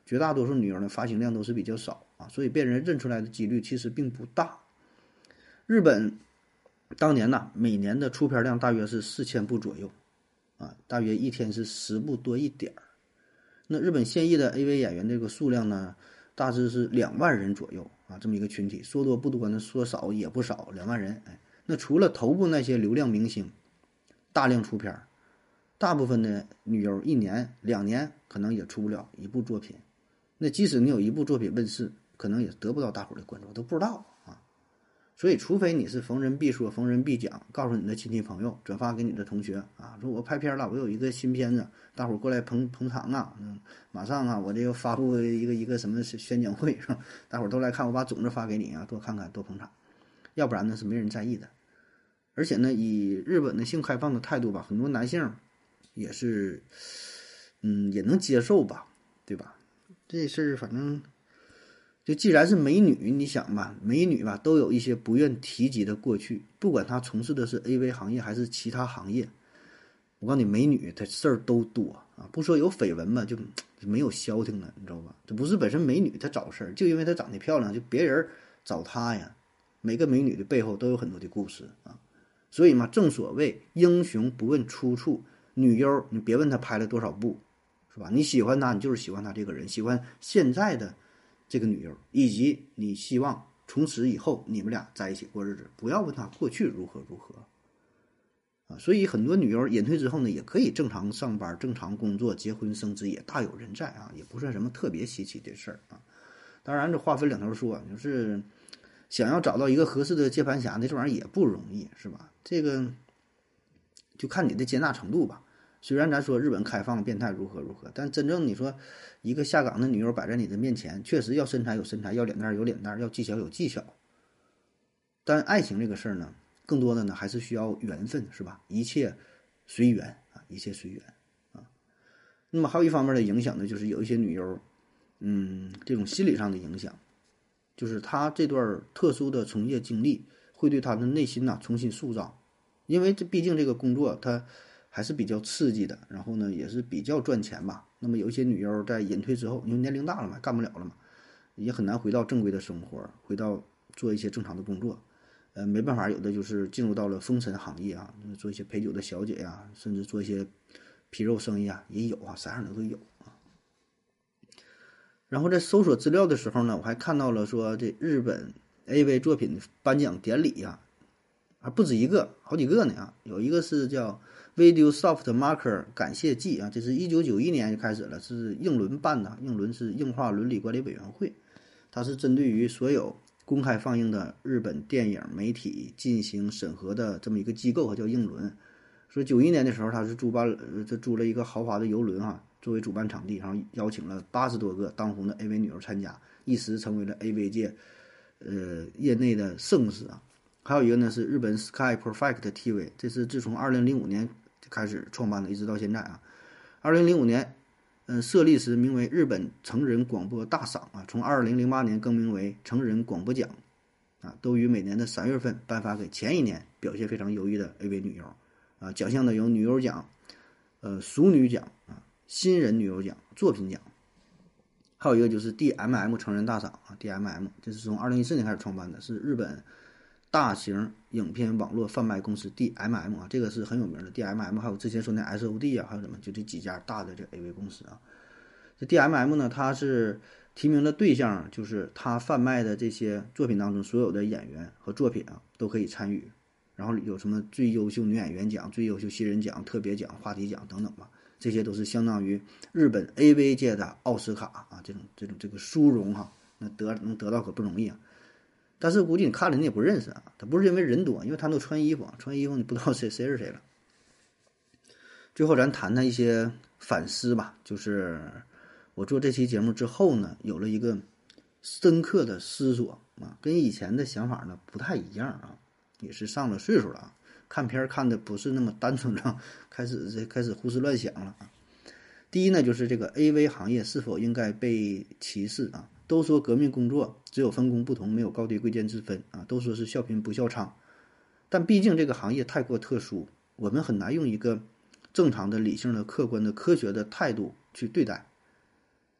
B: 绝大多数女优呢发行量都是比较少啊，所以被人认出来的几率其实并不大。日本当年呢，每年的出片量大约是四千部左右，啊，大约一天是十部多一点儿。那日本现役的 A V 演员这个数量呢，大致是两万人左右啊，这么一个群体，说多不多呢，说少也不少，两万人。哎，那除了头部那些流量明星大量出片，大部分的女优一年两年可能也出不了一部作品。那即使你有一部作品问世，可能也得不到大伙的关注，都不知道啊。所以，除非你是逢人必说、逢人必讲，告诉你的亲戚朋友，转发给你的同学啊，说我拍片了，我有一个新片子，大伙过来捧捧场啊，嗯，马上啊，我这个发布一个一个什么宣讲会，是吧？大伙都来看，我把种子发给你啊，多看看，多捧场。要不然呢，是没人在意的。而且呢，以日本的性开放的态度吧，很多男性也是，嗯，也能接受吧，对吧？这事儿反正。就既然是美女，你想吧，美女吧都有一些不愿提及的过去，不管她从事的是 A V 行业还是其他行业，我告诉你，美女她事儿都多啊，不说有绯闻吧，就就没有消停了，你知道吧？这不是本身美女她找事儿，就因为她长得漂亮，就别人找她呀。每个美女的背后都有很多的故事啊，所以嘛，正所谓英雄不问出处，女优你别问她拍了多少部，是吧？你喜欢她，你就是喜欢她这个人，喜欢现在的这个女优，以及你希望从此以后你们俩在一起过日子，不要问她过去如何如何啊。所以很多女优隐退之后呢，也可以正常上班、正常工作、结婚生子，也大有人在啊，也不算什么特别稀奇的事儿啊。当然，这话分两头说，就是想要找到一个合适的接盘侠，那这玩意儿也不容易，是吧？这个就看你的接纳程度吧。虽然咱说日本开放变态如何如何，但真正你说一个下岗的女友摆在你的面前，确实要身材有身材，要脸蛋有脸蛋，要技巧有技巧。但爱情这个事儿呢，更多的呢还是需要缘分，是吧？一切随缘啊，一切随缘啊。那么还有一方面的影响呢，就是有一些女优，嗯，这种心理上的影响，就是她这段特殊的从业经历会对她的内心呐、啊、重新塑造，因为这毕竟这个工作它还是比较刺激的，然后呢也是比较赚钱吧。那么有一些女优在隐退之后，因为年龄大了嘛，干不了了嘛，也很难回到正规的生活，回到做一些正常的工作。呃，没办法，有的就是进入到了风尘行业啊，做一些陪酒的小姐呀、啊，甚至做一些皮肉生意啊，也有啊，啥样的都有啊。然后在搜索资料的时候呢，我还看到了说这日本 A V 作品颁奖典礼啊，还不止一个，好几个呢啊，有一个是叫Video Soft Marker 感谢季啊，这是一九九一年就开始了，是英伦办的。英伦是映画伦理管理委员会，它是针对于所有公开放映的日本电影媒体进行审核的这么一个机构，叫英伦。说九一年的时候，他是租办了，这租了一个豪华的游轮啊，作为主办场地，然后邀请了八十多个当红的 A V 女优参加，一时成为了 A V 界呃业内的盛事啊。还有一个呢是日本 Sky Perfect T V， 这是自从二零零五年开始创办的，一直到现在啊。二零零五年，嗯、呃，设立时名为日本成人广播大赏啊，从二零零八年更名为成人广播奖，啊，都于每年的三月份颁发给前一年表现非常优异的 A V 女优，啊，奖项呢有女优奖、呃熟女奖啊、新人女优奖、作品奖，还有一个就是 D M M 成人大赏啊 ，D M M 这是从二零一四年开始创办的，是日本大型影片网络贩卖公司 D M M 啊，这个是很有名的 D M M， 还有之前说那 S O D 啊，还有什么就这几家大的这 A V 公司啊。这 D M M 呢，它是提名的对象就是它贩卖的这些作品当中所有的演员和作品啊都可以参与，然后有什么最优秀女演员奖、最优秀新人奖、特别奖、话题奖等等吧，这些都是相当于日本 A V 界的奥斯卡啊，这种这种这个殊荣哈，那得能得到可不容易啊。但是估计你看了你也不认识啊，他不是因为人多，因为他都穿衣服，穿衣服你不知道谁谁是谁了。最后咱谈谈一些反思吧，就是我做这期节目之后呢，有了一个深刻的思索啊，跟以前的想法呢不太一样啊，也是上了岁数了啊，看片看的不是那么单纯了，开始开始胡思乱想了啊。第一呢，就是这个 A V 行业是否应该被歧视啊？都说革命工作只有分工不同，没有高低贵贱之分啊，都说是笑贫不笑娼，但毕竟这个行业太过特殊，我们很难用一个正常的、理性的、客观的、科学的态度去对待。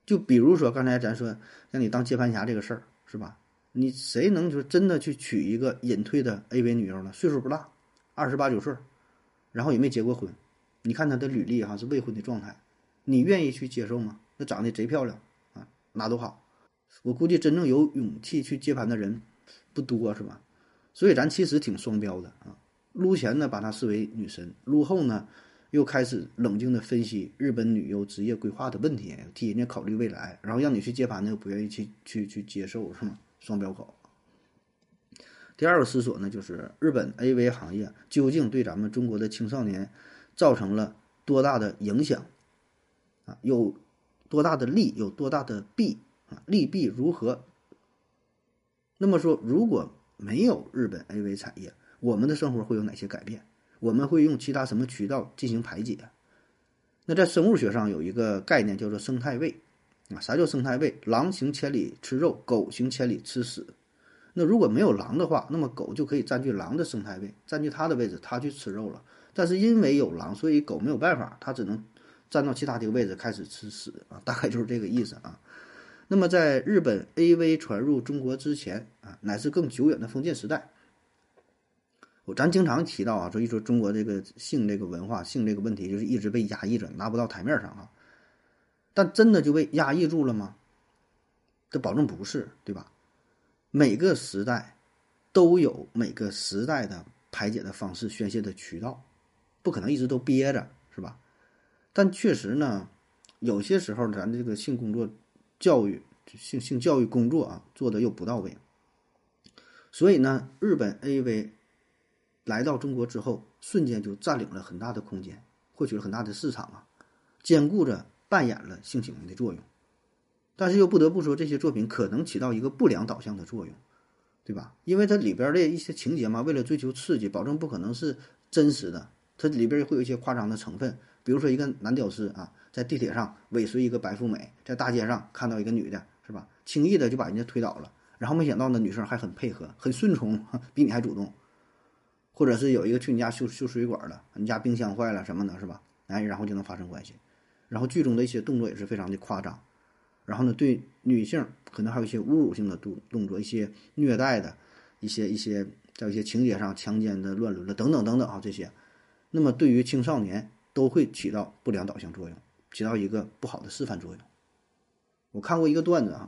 B: 就比如说刚才咱说让你当接盘侠这个事儿，是吧？你谁能说真的去娶一个隐退的 A V 女优呢？岁数不大，二十八九岁，然后也没结过婚，你看她的履历哈是未婚的状态，你愿意去接受吗？那长得贼漂亮啊，哪都好，我估计真正有勇气去接盘的人不多，是吧？所以咱其实挺双标的啊。撸前呢把她视为女神，撸后呢又开始冷静地分析日本女优职业规划的问题，替人家考虑未来，然后让你去接盘呢又不愿意去去去接受，是吗？双标口。第二个思索呢，就是日本 A V 行业究竟对咱们中国的青少年造成了多大的影响啊？有多大的利，有多大的弊啊？利弊如何？那么说，如果没有日本 A V 产业，我们的生活会有哪些改变？我们会用其他什么渠道进行排解？那在生物学上有一个概念叫做生态位啊。啥叫生态位？狼行千里吃肉，狗行千里吃屎。那如果没有狼的话，那么狗就可以占据狼的生态位，占据它的位置，它去吃肉了。但是因为有狼，所以狗没有办法，它只能站到其他这个位置开始吃屎啊，大概就是这个意思啊。那么在日本 A V 传入中国之前啊，乃至更久远的封建时代，我咱经常提到啊，说一说中国这个性这个文化、性这个问题，就是一直被压抑着，拿不到台面上啊。但真的就被压抑住了吗？这保证不是，对吧？每个时代都有每个时代的排解的方式、宣泄的渠道，不可能一直都憋着，是吧？但确实呢，有些时候咱这个性工作教育、性性教育工作啊，做的又不到位。所以呢，日本 A V 来到中国之后，瞬间就占领了很大的空间，获取了很大的市场啊，兼顾着扮演了性启蒙的作用。但是又不得不说，这些作品可能起到一个不良导向的作用，对吧？因为它里边的一些情节嘛，为了追求刺激，保证不可能是真实的，它里边会有一些夸张的成分。比如说一个男屌丝啊，在地铁上尾随一个白富美，在大街上看到一个女的，是吧？轻易的就把人家推倒了，然后没想到呢，女生还很配合，很顺从，比你还主动。或者是有一个去你家修修水管的，你家冰箱坏了什么的，是吧？哎，然后就能发生关系。然后剧中的一些动作也是非常的夸张。然后呢，对女性可能还有一些侮辱性的动动作，一些虐待的，一些一些在一些情节上强奸的、乱伦的等等等等啊，这些，那么对于青少年都会起到不良导向作用，起到一个不好的示范作用。我看过一个段子啊，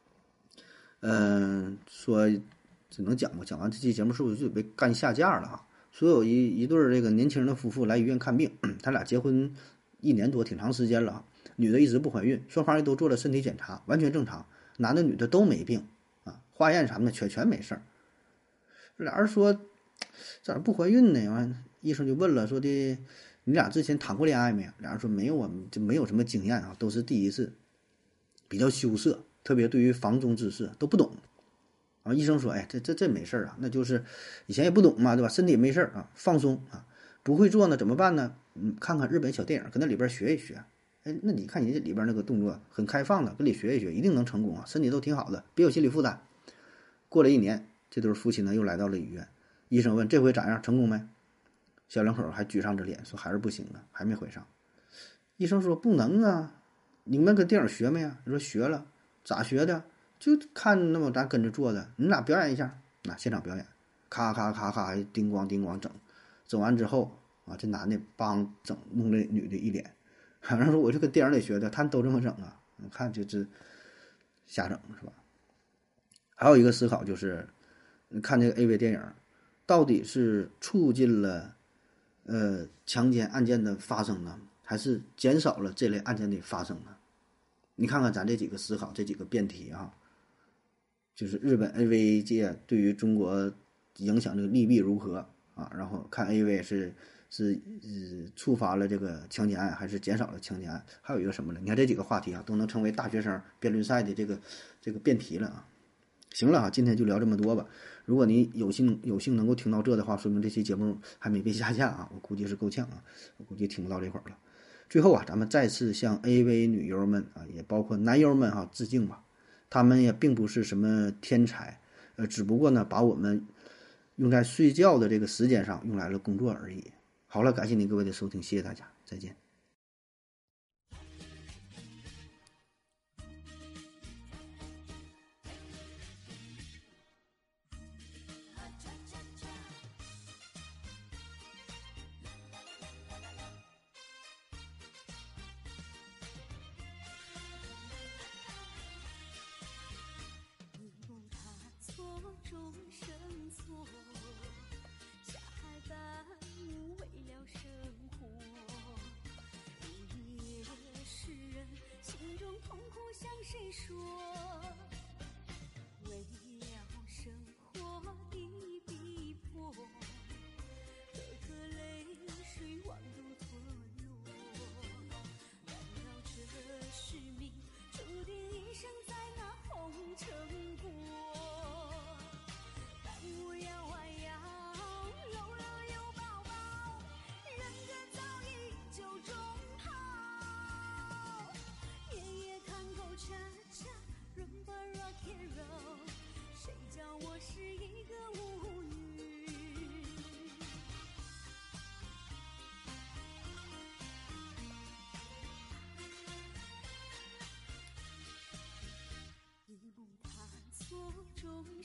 B: 嗯、呃，说只能讲吧，讲完这期节目是不是就被干下架了啊？说有一一对这个年轻的夫妇来医院看病，他俩结婚一年多，挺长时间了啊。女的一直不怀孕，双方也都做了身体检查，完全正常，男的女的都没病啊，化验啥的全全没事儿。俩人说咋不怀孕呢？完医生就问了，说的你俩之前谈过恋爱没有？俩人说没有啊，就没有什么经验啊，都是第一次，比较羞涩，特别对于房中之事都不懂。啊，医生说，哎，这这这没事儿啊，那就是以前也不懂嘛，对吧？身体没事儿啊，放松啊，不会做呢怎么办呢？嗯，看看日本小电影，跟那里边学一学。哎，那你看人家里边那个动作很开放的，跟你学一学，一定能成功啊！身体都挺好的，别有心理负担。过了一年，这对夫妻呢又来到了医院。医生问：“这回咋样？成功没？”小两口还撅上着脸说：“还是不行啊，还没怀上。”医生说：“不能啊，你们跟电影学没啊？”你说学了，咋学的？就看那么咱跟着做的。你俩表演一下，那、啊、现场表演，咔咔咔咔，叮咣叮咣整，整完之后啊，这男的梆整弄这女的一脸。好像说我就跟电影里学的，他都这么整啊，你看就是瞎整是吧？还有一个思考就是，你看这个 A V 电影，到底是促进了呃强奸案件的发生呢，还是减少了这类案件的发生呢？你看看咱这几个思考，这几个辩题啊，就是日本 A V 界对于中国影响这个利弊如何啊？然后看 A V 是。是呃触发了这个强奸案，还是减少了强奸案？还有一个什么呢？你看这几个话题啊，都能成为大学生辩论赛的这个这个辩题了啊。行了啊，今天就聊这么多吧。如果你有幸有幸能够听到这的话，说明这期节目还没被下架啊，我估计是够呛啊，我估计听不到这会儿了。最后啊，咱们再次向 A V 女优们啊，也包括男优们哈、啊、致敬吧。他们也并不是什么天才，呃，只不过呢，把我们用在睡觉的这个时间上用来了工作而已。好了，感谢您各位的收听，谢谢大家，再见。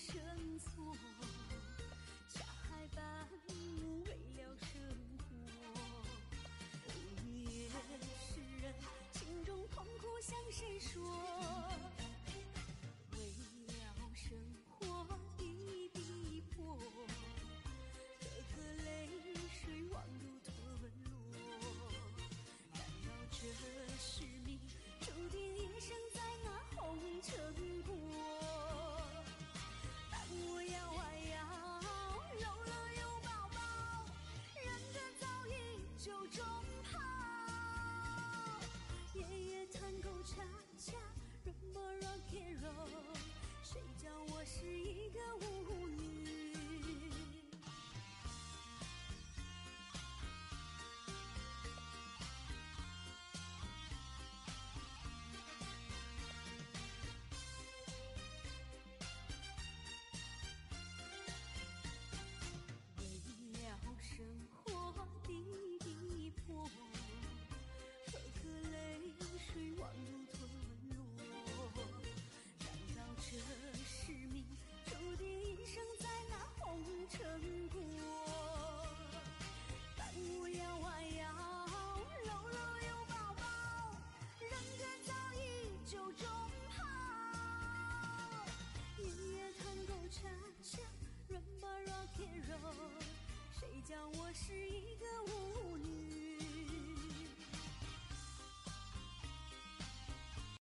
E: 生错，下海伴舞为了生活。哦，夜诗人心中痛苦向谁说？为了生活的逼迫，颗颗泪水往入吞落。难道这是命注定一生在那红尘过？但我摇啊摇，揉了又抱抱，人的早已就中跑。夜夜弹够恰恰 rumba rock and roll， 谁叫我是一个舞女？生活的逼迫，颗颗泪水往入吞落。难道这是命注定一生在那红尘过？但我摇啊摇，揉揉又抱抱，人格早已就中跑。夜夜弹够恰恰 rumba rock and roll，谁叫我是一个舞女？